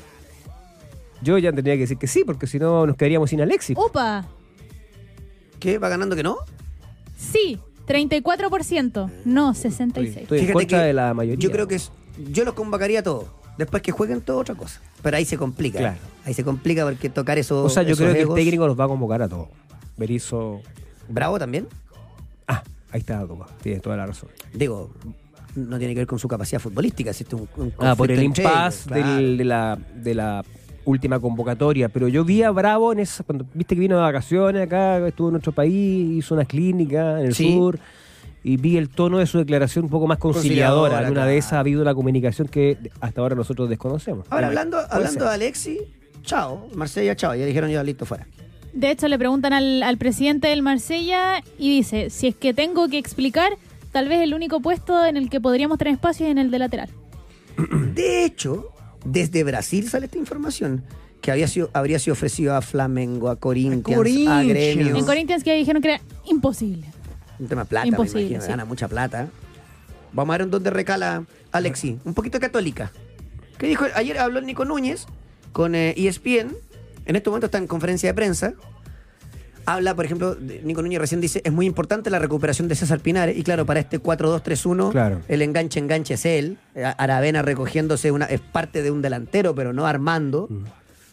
Yo ya tendría que decir que sí, porque si no nos quedaríamos sin Alexis. ¡Upa! ¿Qué? ¿Va ganando que no? Sí, treinta y cuatro por ciento. No, sesenta y seis. Estoy en Fíjate contra que de la mayoría. Yo creo que es, yo los convocaría a todos. Después que jueguen todo otra cosa. Pero ahí se complica. Claro. Ahí se complica porque tocar eso. O sea, yo esos creo que egos- el técnico los va a convocar a todos. Berizzo... Bravo también. Ah, ahí está, Copa. Tienes toda la razón. Digo, no tiene que ver con su capacidad futbolística. Si este es un, un Ah, por el conflicto entre impasse ellos, claro. del- de, la, de la última convocatoria. Pero yo vi a Bravo en esa, cuando viste que vino de vacaciones acá, estuvo en nuestro país, hizo unas clínicas en el Sí. sur. Y vi el tono de su declaración un poco más conciliadora. Conciliadora, En una claro. de esas ha habido una comunicación que hasta ahora nosotros desconocemos. Ahora, Puede hablando, ser. hablando de Alexis, chao. Marsella, chao. Ya dijeron ya listo fuera. De hecho, le preguntan al, al presidente del Marsella y dice, si es que tengo que explicar, tal vez el único puesto en el que podríamos tener espacio es en el de lateral. De hecho, desde Brasil sale esta información que había sido, habría sido ofrecido a Flamengo, a Corinthians, a, Corinthians. Gremio. En Corinthians que dijeron que era imposible. Un tema de plata, Imposible, me imagino. sí. Gana mucha plata. Vamos a ver en dónde recala Alexis. Un poquito católica. ¿Qué dijo? Ayer habló Nico Núñez con eh, E S P N. En este momento está en conferencia de prensa. Habla, por ejemplo, de- Nico Núñez recién dice, es muy importante la recuperación de César Pinares. Y claro, para este cuatro dos tres uno, Claro. el enganche-enganche es él. Eh, Aravena recogiéndose, una, es parte de un delantero, pero no armando. Mm.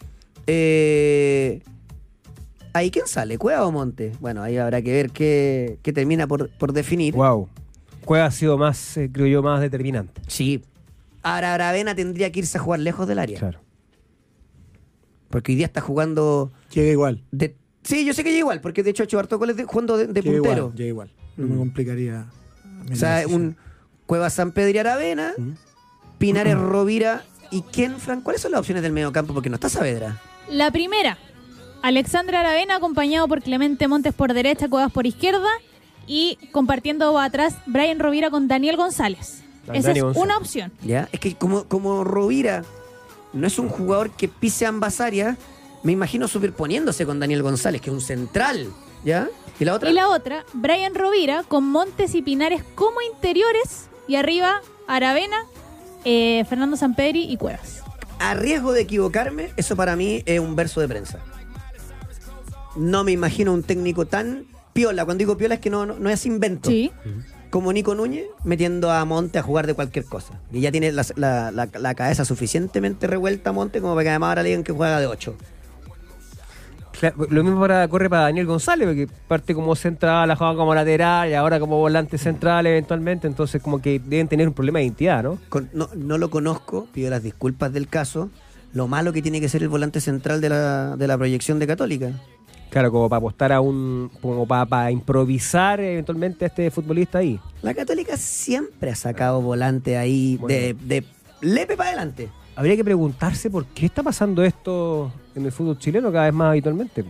Eh, ¿Ahí quién sale? ¿Cueva o Monte? Bueno, ahí habrá que ver qué, qué termina por, por definir. Wow. Cueva ha sido más, eh, creo yo, más determinante. Sí. Ahora Aravena tendría que irse a jugar lejos del área. Claro. Porque hoy día está jugando Llega igual. de... Sí, yo sé que llega igual, porque de hecho ha hecho harto goles de, jugando de, de Llega puntero. igual. Llega igual. No me Mm. complicaría. mi O sea, decisión. un Cueva San Pedro y Aravena, Mm. Pinares Rovira y quién, Fran, ¿cuáles son las opciones del medio campo? Porque no está Saavedra. La primera, Alexandra Aravena acompañado por Clemente Montes por derecha, Cuevas por izquierda y compartiendo atrás Brian Rovira con Daniel González. Dani Esa es González. una opción. ¿Ya? Es que como, como Rovira no es un jugador que pise ambas áreas, me imagino superponiéndose con Daniel González, que es un central. ¿Ya? ¿Y la otra? Y la otra, Brian Rovira con Montes y Pinares como interiores y arriba Aravena, eh, Fernando Sampedri y Cuevas. A riesgo de equivocarme, eso para mí es un verso de prensa. No me imagino un técnico tan piola. Cuando digo piola es que no, no, no es invento. Sí. Como Nico Núñez metiendo a Monte a jugar de cualquier cosa. Y ya tiene la, la- la- la cabeza suficientemente revuelta Monte como para que además ahora le digan que juega de ocho. Claro, lo mismo para, corre para Daniel González, porque parte como central, ha jugado como lateral y ahora como volante central eventualmente, entonces como que deben tener un problema de identidad, ¿no? Con- no, no lo conozco, pido las disculpas del caso, lo malo que tiene que ser el volante central de la, de la proyección de Católica. Claro, como para apostar a un, como para, para improvisar eventualmente a este futbolista ahí. La Católica siempre ha sacado volante ahí Bueno. de, de lepe para adelante. Habría que preguntarse por qué está pasando esto en el fútbol chileno cada vez más habitualmente.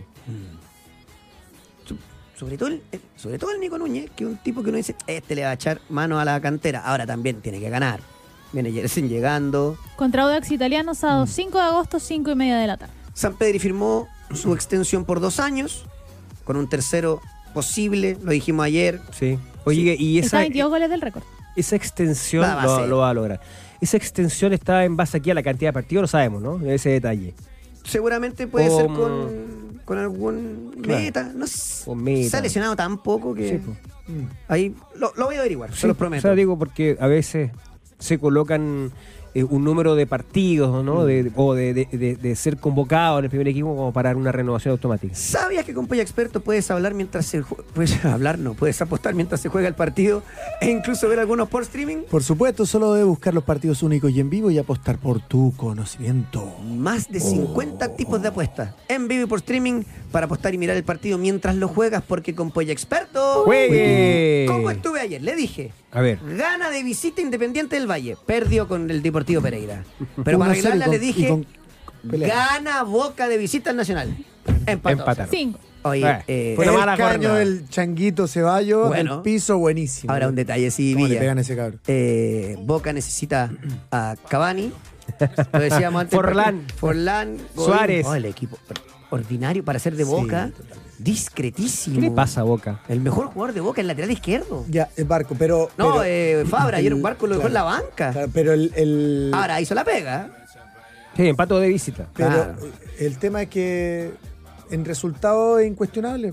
So- Sobre todo, el, eh, sobre todo el Nico Núñez, que es un tipo que uno dice, este le va a echar mano a la cantera. Ahora también tiene que ganar. Viene Yersen llegando. Contra Audax Italiano, sábado cinco de agosto, cinco y media de la tarde. San Pedri firmó su extensión por dos años, con un tercero posible, lo dijimos ayer. Sí. Oye, y Está esa, veintidós goles del récord. esa extensión Va a lo, ser. lo va a lograr. Esa extensión está en base aquí a la cantidad de partidos, lo sabemos, ¿no? Ese detalle. Seguramente puede Con- ser con, con algún Claro. meta. No sé. Con meta. Se ha lesionado tan poco que. Sí, pues. Ahí lo, lo voy a averiguar, se Sí, los prometo. O sea, digo porque a veces se colocan eh, un número de partidos, ¿no? De, o de, de- de- de ser convocado en el primer equipo como para una renovación automática. ¿Sabías que con Polla Experto puedes hablar mientras se jue- puedes hablar, no, puedes apostar mientras se juega el partido e incluso ver algunos por streaming? Por supuesto, solo debes buscar los partidos únicos y en vivo y apostar por tu conocimiento. Más de cincuenta tipos de apuestas en vivo y por streaming para apostar y mirar el partido mientras lo juegas, porque con Polla Experto. ¡Juegue! ¿Cómo estuve ayer? Le dije. A ver. Gana de visita Independiente del Valle. Perdió con el Deportivo Pereira. Pero para uno cero arreglarla y le con- y dije. con pelea. Gana Boca de visita al Nacional. Empató. Empataron. Cinco. Oye, Eh, eh, fue una el mala caño jornada. del changuito Ceballos, Bueno. el piso buenísimo. ahora un detalle, sí, ¿Cómo le Villa. pegan a ese cabrón? Eh, Boca necesita a Cavani. Lo decíamos antes. Forlán. Forlán. Godín. Suárez. Oh, el equipo ordinario para ser de Sí, Boca. totalmente. Discretísimo. ¿Qué le pasa a Boca? El mejor jugador de Boca, el lateral izquierdo. Ya, el barco, pero... No, pero- eh, Fabra, ayer un el- barco lo dejó claro, en la banca. claro, pero el... el- Ahora hizo la pega. Sí, empato de visita. pero claro. el tema es que en resultado es incuestionable.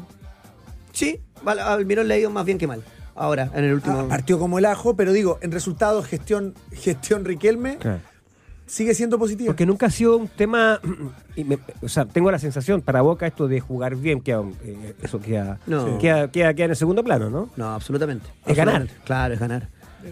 Sí, vale, Almirón le ha ido más bien que mal. Ahora, en el último. Ah, partió como el ajo, pero digo, en resultado gestión, gestión Riquelme sigue siendo positiva. Porque nunca ha sido un tema, y me- o sea, tengo la sensación, para Boca esto de jugar bien, queda, eh, eso queda, No. queda, queda, queda en el segundo plano, ¿no? No, absolutamente. Es ganar. Absolutamente. Claro, es ganar.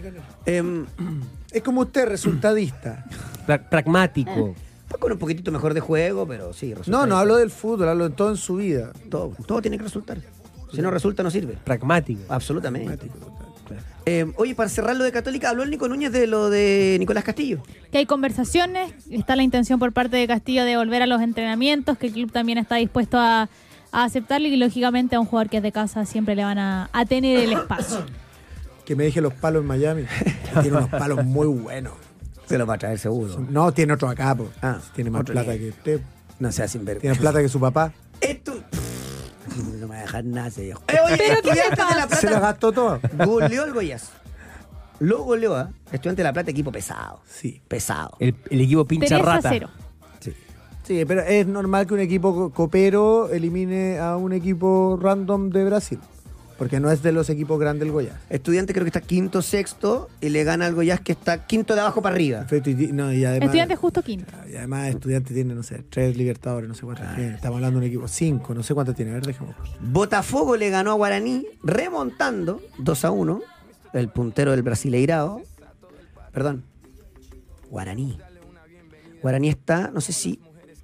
Em, Es como usted, resultadista. Pra- pragmático. está con un poquitito mejor de juego, pero sí, resulta. No, no hablo del fútbol, hablo de todo en su vida. Todo, todo tiene que resultar. Si no resulta, no sirve. Pragmático. Absolutamente. Em, oye, para cerrar lo de Católica, habló el Nico Núñez de lo de Nicolás Castillo. Que hay conversaciones, está la intención por parte de Castillo de volver a los entrenamientos, que el club también está dispuesto a, a aceptarlo y lógicamente a un jugador que es de casa siempre le van a, a tener el espacio. Que me dije los palos en Miami. Tiene unos palos muy buenos. Se lo va a traer seguro. No, tiene otro acá, po. Ah, Tiene más otro plata nivel. que usted. No seas sinvergüenza. Tiene plata que su papá. Esto. No me va a dejar nada ese viejo. Eh, oye, ¿Pero qué le Estudiantes de La Se la Plata gastó todo. goleó el Goiás. Lo goleó, ¿ah? Estudiante de La Plata, equipo pesado. Sí. Pesado. El, el equipo pincha tres a rata. cero. Sí. Sí, pero es normal que un equipo co- copero elimine a un equipo random de Brasil. Porque no es de los equipos grandes del Goiás. Estudiante creo que está quinto, sexto y le gana al Goiás que está quinto de abajo para arriba. Perfecto, y, no, y además, Estudiante justo quinto. y además estudiante tiene, no sé, tres Libertadores, no sé cuántos tiene. Estamos hablando de un equipo, cinco, no sé cuántos tiene. A ver, dejemos. Botafogo le ganó a Guaraní remontando dos a uno. El puntero del Brasileirao. Perdón. Guaraní. Guaraní está, no sé si.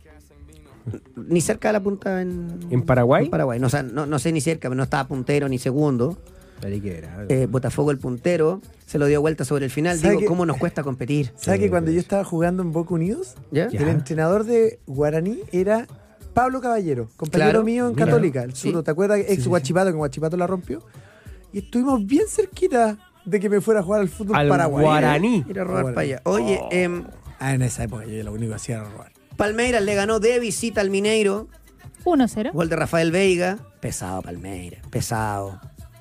Ni cerca de la punta en. ¿En Paraguay? En Paraguay. No, o sea, no, no sé ni cerca, pero no estaba puntero ni segundo. Ahí que era. Eh, Botafogo el puntero. Se lo dio vuelta sobre el final. ¿Sabe Digo, que- ¿cómo nos cuesta competir? ¿Sabes Sí, que cuando sí. yo estaba jugando en Boca Unidos, ¿Ya? Ya. el entrenador de Guaraní era Pablo Caballero, compañero Claro, mío en mira. Católica, el Sí. zurdo, ¿te acuerdas? Ex Guachipato, que Guachipato la rompió. Y estuvimos bien cerquita de que me fuera a jugar al fútbol Al paraguayo. Guaraní. Ir a robar Guaraní. para allá. Oye, em, Ah, en esa época yo lo único que hacía era robar. Palmeiras le ganó de visita al Mineiro. uno cero. Gol de Rafael Veiga. Pesado Palmeiras, pesado.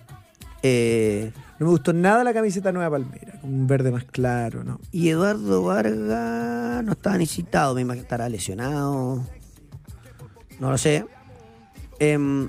Eh, No me gustó nada la camiseta nueva Palmera, con un verde más claro, ¿no? y Eduardo Vargas no estaba ni citado, me imagino que estará lesionado. No lo sé. Em,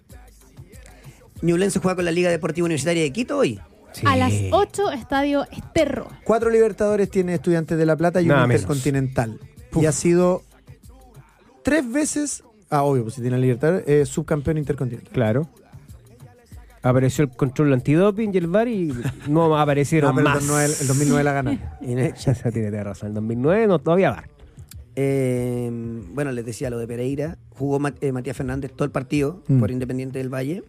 Ñublense juega con la Liga Deportiva Universitaria de Quito hoy. Sí. A las ocho, Estadio Esterro. Cuatro Libertadores tiene Estudiantes de La Plata y Nada un menos. Intercontinental. Y ha sido tres veces, ah, obvio, pues si tiene Libertadores, eh, subcampeón intercontinental. Claro. Apareció el control antidoping y el V A R y no aparecieron Ah, pero más. el dos mil nueve, el dos mil nueve la gana. Y no- Ya tiene razón. El dos mil nueve no, todavía va. Eh, bueno, les decía lo de Pereira. Jugó Mat- eh, Matías Fernández todo el partido Mm. por Independiente del Valle.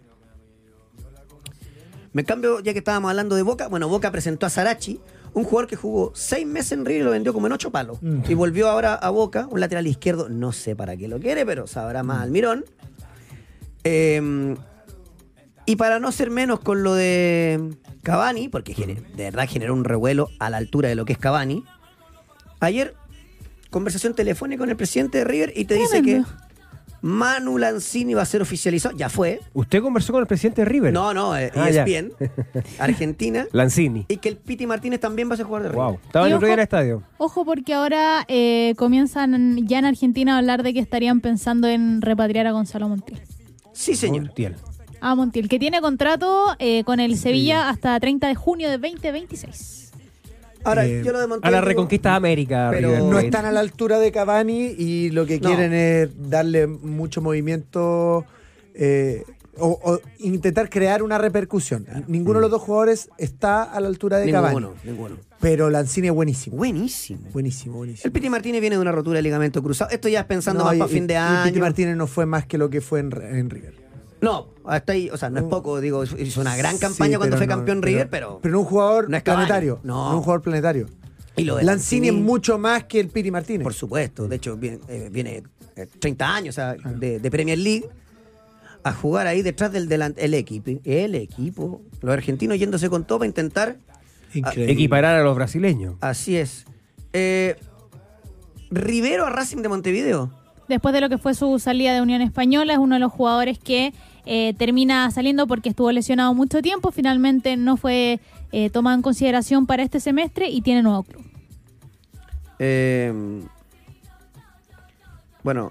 Me cambio, ya que estábamos hablando de Boca. Bueno, Boca presentó a Sarachi, un jugador que jugó seis meses en River y lo vendió como en ocho palos. Mm. Y volvió ahora a Boca, un lateral izquierdo. No sé para qué lo quiere, pero sabrá más Almirón. Eh, y para no ser menos con lo de Cavani, porque gener- de verdad generó un revuelo a la altura de lo que es Cavani. Ayer, conversación telefónica con el presidente de River y te dice que Tremendo. Manu Lanzini va a ser oficializado. Ya fue. ¿Usted conversó con el presidente de River? No, no, eh, Ah, ya. E S P N, Argentina. Lanzini. Y que el Piti Martínez también va a ser jugador de River. Wow. Estaba Y el otro día en ojo- el estadio. Ojo porque ahora eh, comienzan ya en Argentina a hablar de que estarían pensando en repatriar a Gonzalo Montiel. Sí, señor. Montiel. A Montiel, que tiene contrato eh, con el Sevilla hasta treinta de junio de veinte veintiséis. Ahora, Eh, yo lo de Montiel A la digo- Reconquista de América. pero River No Plate. están a la altura de Cavani y lo que No. quieren es darle mucho movimiento eh, o, o intentar crear una repercusión. Ninguno de los dos jugadores está a la altura de Ninguno, Cavani. ninguno. Pero Lanzini es buenísimo. Buenísimo. Buenísimo, buenísimo. El Piti Martínez viene de una rotura de ligamento cruzado. Esto ya es pensando No, más y- para fin de y- y año. Piti Martínez no fue más que lo que fue en, en River. No, hasta ahí, o sea, no es poco, digo, hizo una gran Sí, campaña cuando pero fue no, campeón River, pero... Pero no un jugador no es Cavani. planetario. No. No un jugador planetario. Y lo de Lanzini es Lanzini- mucho más que el Piti Martínez. Por supuesto, de hecho viene, eh, viene eh, treinta años, o sea, de, de Premier League a jugar ahí detrás del delan- el equipo. El equipo. Los argentinos yéndose con todo para intentar. Increíble. Equiparar a los brasileños. Así es. Eh, Rivero a Racing de Montevideo. Después de lo que fue su salida de Unión Española, es uno de los jugadores que eh, termina saliendo porque estuvo lesionado mucho tiempo. Finalmente no fue eh, tomado en consideración para este semestre y tiene nuevo club. Eh, bueno.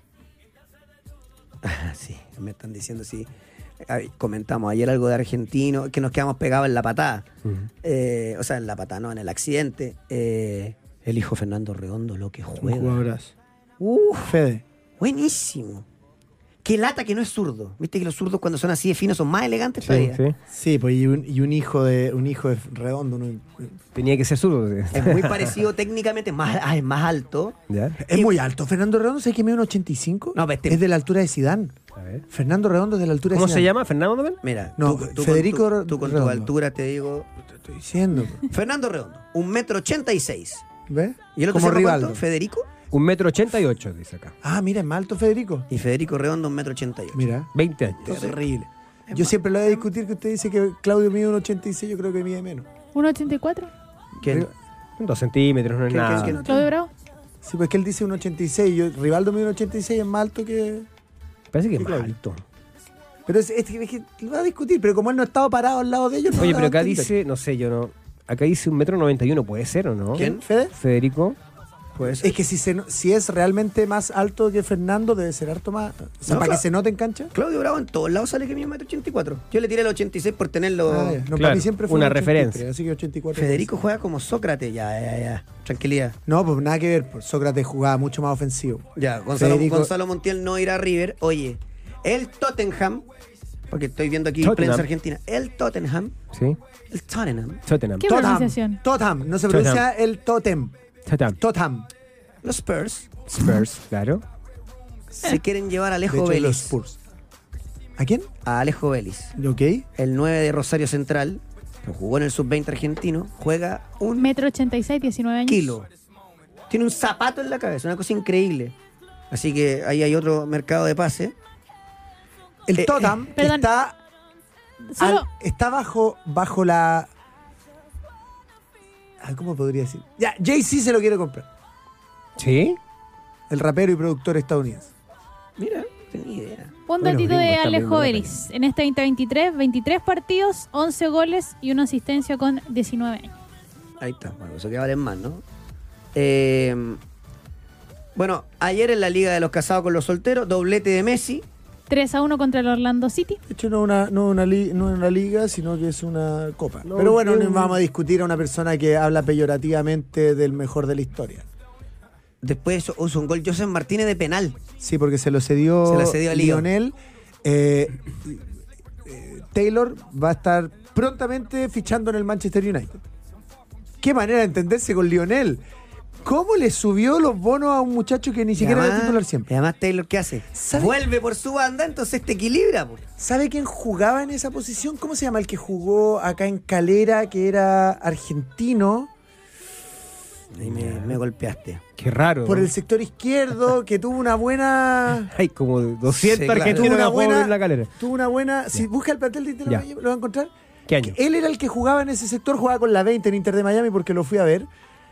Sí, me están diciendo, sí. Ay, comentamos ayer algo de argentino, que nos quedamos pegados en la patada. Ujú. Eh, o sea, en la patada, no, en el accidente. Eh, el hijo Fernando Redondo, lo que Un juega. jugadorazo. Uf, Fede. buenísimo. Qué lata que no es zurdo. Viste que los zurdos cuando son así de finos son más elegantes Sí, todavía. sí. Sí, pues y un, y un hijo de un hijo de Redondo. uno- Tenía que ser zurdo. sí. Es muy parecido técnicamente, más, ah, es más alto. ¿Ya? Es muy alto. Fernando Redondo, ¿sabes que mide un ochenta y cinco? No, pero este- Es de la altura de Zidane. A ver. Fernando Redondo es de la altura ¿Cómo de se Zidane. llama? ¿Fernando también? Mira, No, tú, tú Federico con tu, tú con tu Redondo. altura te digo. Te estoy diciendo. Fernando Redondo, un metro ochenta y seis. ¿Ves? ¿Y el otro Como se llama Rivaldo. cuánto? ¿Federico? Un metro ochenta y ocho, dice acá. Ah, mira, es más alto Federico. Y Federico Redondo, un metro ochenta y ocho. Mira. veinte años. Terrible. Yo siempre lo voy a discutir que usted dice que Claudio mide un ochenta y seis, yo creo que mide menos. ¿uno ochenta y cuatro? ¿Quién? Dos centímetros, no es ¿Qué- qué- nada. qué- ¿Claudio Bravo? Sí, pues que él dice un ochenta y seis. Yo, Rivaldo mide un ochenta y seis, es más alto que... Parece que es Sí, más claro. alto. Pero es, es que es que lo va a discutir, pero como él no ha estado parado al lado de ellos... no Oye, lo pero va a acá entender. dice, no sé, yo no. Acá dice un metro noventa y uno, ¿puede ser o no? ¿Quién? ¿Fede? Federico. Pues Es que si, se, no- si es realmente más alto que Fernando, debe ser harto más... O sea, No, para claro. que se note en cancha. Claudio Bravo en todos lados sale que mide un metro ochenta y cuatro. Yo le tiré el ochenta y seis por tenerlo. Ah, ya. No, Claro, para mí siempre fue una un ochenta y tres, referencia. Así que ochenta y cuatro. Federico juega como Sócrates, ya, ya, ya. Tranquilidad. No, pues nada que ver. Pues Sócrates jugaba mucho más ofensivo. Ya, Gonzalo, Federico- Gonzalo Montiel no irá a River. Oye, el Tottenham, porque estoy viendo aquí Tottenham. prensa argentina, el Tottenham, Sí. el Tottenham, Tottenham. ¿Qué Tottenham. pronunciación? Tottenham. No se Tottenham. pronuncia el Totem. Tottenham. Tottenham. los Spurs, Spurs, claro. se quieren llevar a De Alejo hecho, los Vélez. Spurs. ¿A quién? A Alejo Vélez. ¿Ok? El nueve de Rosario Central, que jugó en el sub veinte argentino, juega un Metro ochenta y seis, diecinueve años. kilo. Tiene un zapato en la cabeza, una cosa increíble. Así que ahí hay otro mercado de pase. El Eh, Tottenham eh, que perdón. está, Solo, al- está bajo, bajo la... Ah, ¿cómo podría decir? Ya, Jay-Z se lo quiere comprar. ¿Sí? El rapero y productor estadounidense. Mira, no tenía idea. un Bueno, datito gringos de están Alejo viendo la Vélez. En este veinte veintitrés, veintitrés partidos, once goles y una asistencia con diecinueve años. Ahí está, bueno, eso que valen más, ¿no? Eh, bueno, ayer en la Liga de los Casados con los Solteros, doblete de Messi. tres a uno contra el Orlando City. De hecho, no es una, no una, li- no es una liga, sino que es una copa. No, Pero bueno, yo- no vamos a discutir a una persona que habla peyorativamente del mejor de la historia. Después hizo un gol Joseph Martínez de penal. Sí, porque se lo cedió, Se lo cedió a Lío. Lionel. Eh, eh, Taylor va a estar prontamente fichando en el Manchester United. Qué manera de entenderse con Lionel. ¿Cómo le subió los bonos a un muchacho que ni Y siquiera era además- titular Y siempre? además Taylor, ¿qué hace? ¿Sabe? Vuelve por su banda, entonces te equilibra. Po. ¿Sabe quién jugaba en esa posición? ¿Cómo se llama el que jugó acá en Calera, que era argentino? Ahí me, me golpeaste. Qué raro. Por ¿no? el sector izquierdo, que tuvo una buena... Hay como doscientos Sí, claro. argentinos Tuvo una que juegan buena, en la calera. tuvo una buena... Si busca el plantel de Inter de Ya. Miami, lo va a encontrar. ¿Qué año? Él era el que jugaba en ese sector, jugaba con la veinte en Inter de Miami porque lo fui a ver.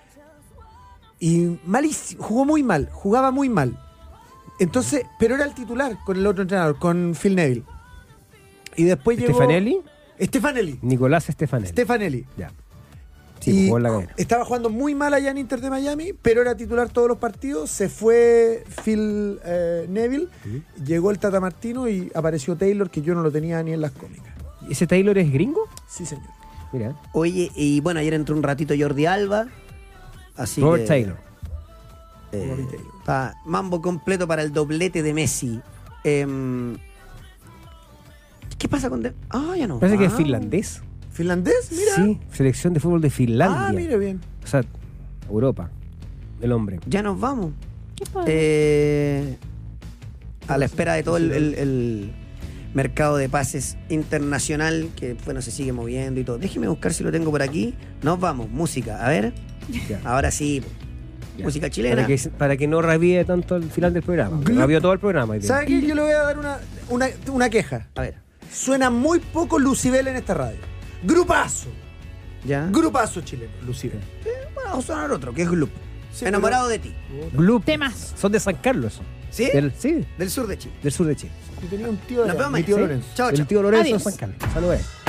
Y malísimo, jugó muy mal, jugaba muy mal. Entonces, pero era el titular con el otro entrenador, con Phil Neville. Y después llegó... ¿Stefanelli? Stefanelli. Nicolás Stefanelli. Stefanelli. Ya. Sí, Y jugó en la calera. estaba jugando muy mal allá en Inter de Miami, pero era titular todos los partidos. Se fue Phil eh, Neville, llegó el Tata Martino y apareció Taylor, que yo no lo tenía ni en las cómicas. ¿Ese Taylor es gringo? Sí, señor. Mira. Oye, y bueno, ayer entró un ratito Jordi Alba. Así Robert que, Taylor. eh, Robert Taylor. está mambo completo para el doblete de Messi. Em, ¿Qué pasa con... De ah, ya no. Parece que es va. finlandés. ¿Finlandés? Mira. Sí, selección de fútbol de Finlandia. Ah, mire bien. O sea, Europa. El hombre. Ya nos vamos. ¿Qué pasa? Eh, a la espera de todo el, el- el mercado de pases internacional que, bueno, se sigue moviendo y todo. Déjeme buscar si lo tengo por aquí. Nos vamos. Música. A ver. Ya. Ahora sí. Ya. Música chilena. Para que, para que no rabie tanto al final del programa. Glup. Rabió todo el programa. hoy día. ¿Sabe qué? Yo le voy a dar una, una, una queja. A ver. Suena muy poco Lucibel en esta radio. Grupazo. Ya. Grupazo chileno, Lucibel. Bueno, vamos a sonar otro, que es Gloop. Sí, Enamorado de ti. Gloop. Temas. Son de San Carlos. ¿Sí? Del, sí, Del sur de Chile. del sur de Chile. Yo tenía un tío de Nos allá, vemos mi mañana, tío ¿sí? Lorenzo. Chao, El chao. tío Lorenzo Adiós. de San Carlos. Saludos.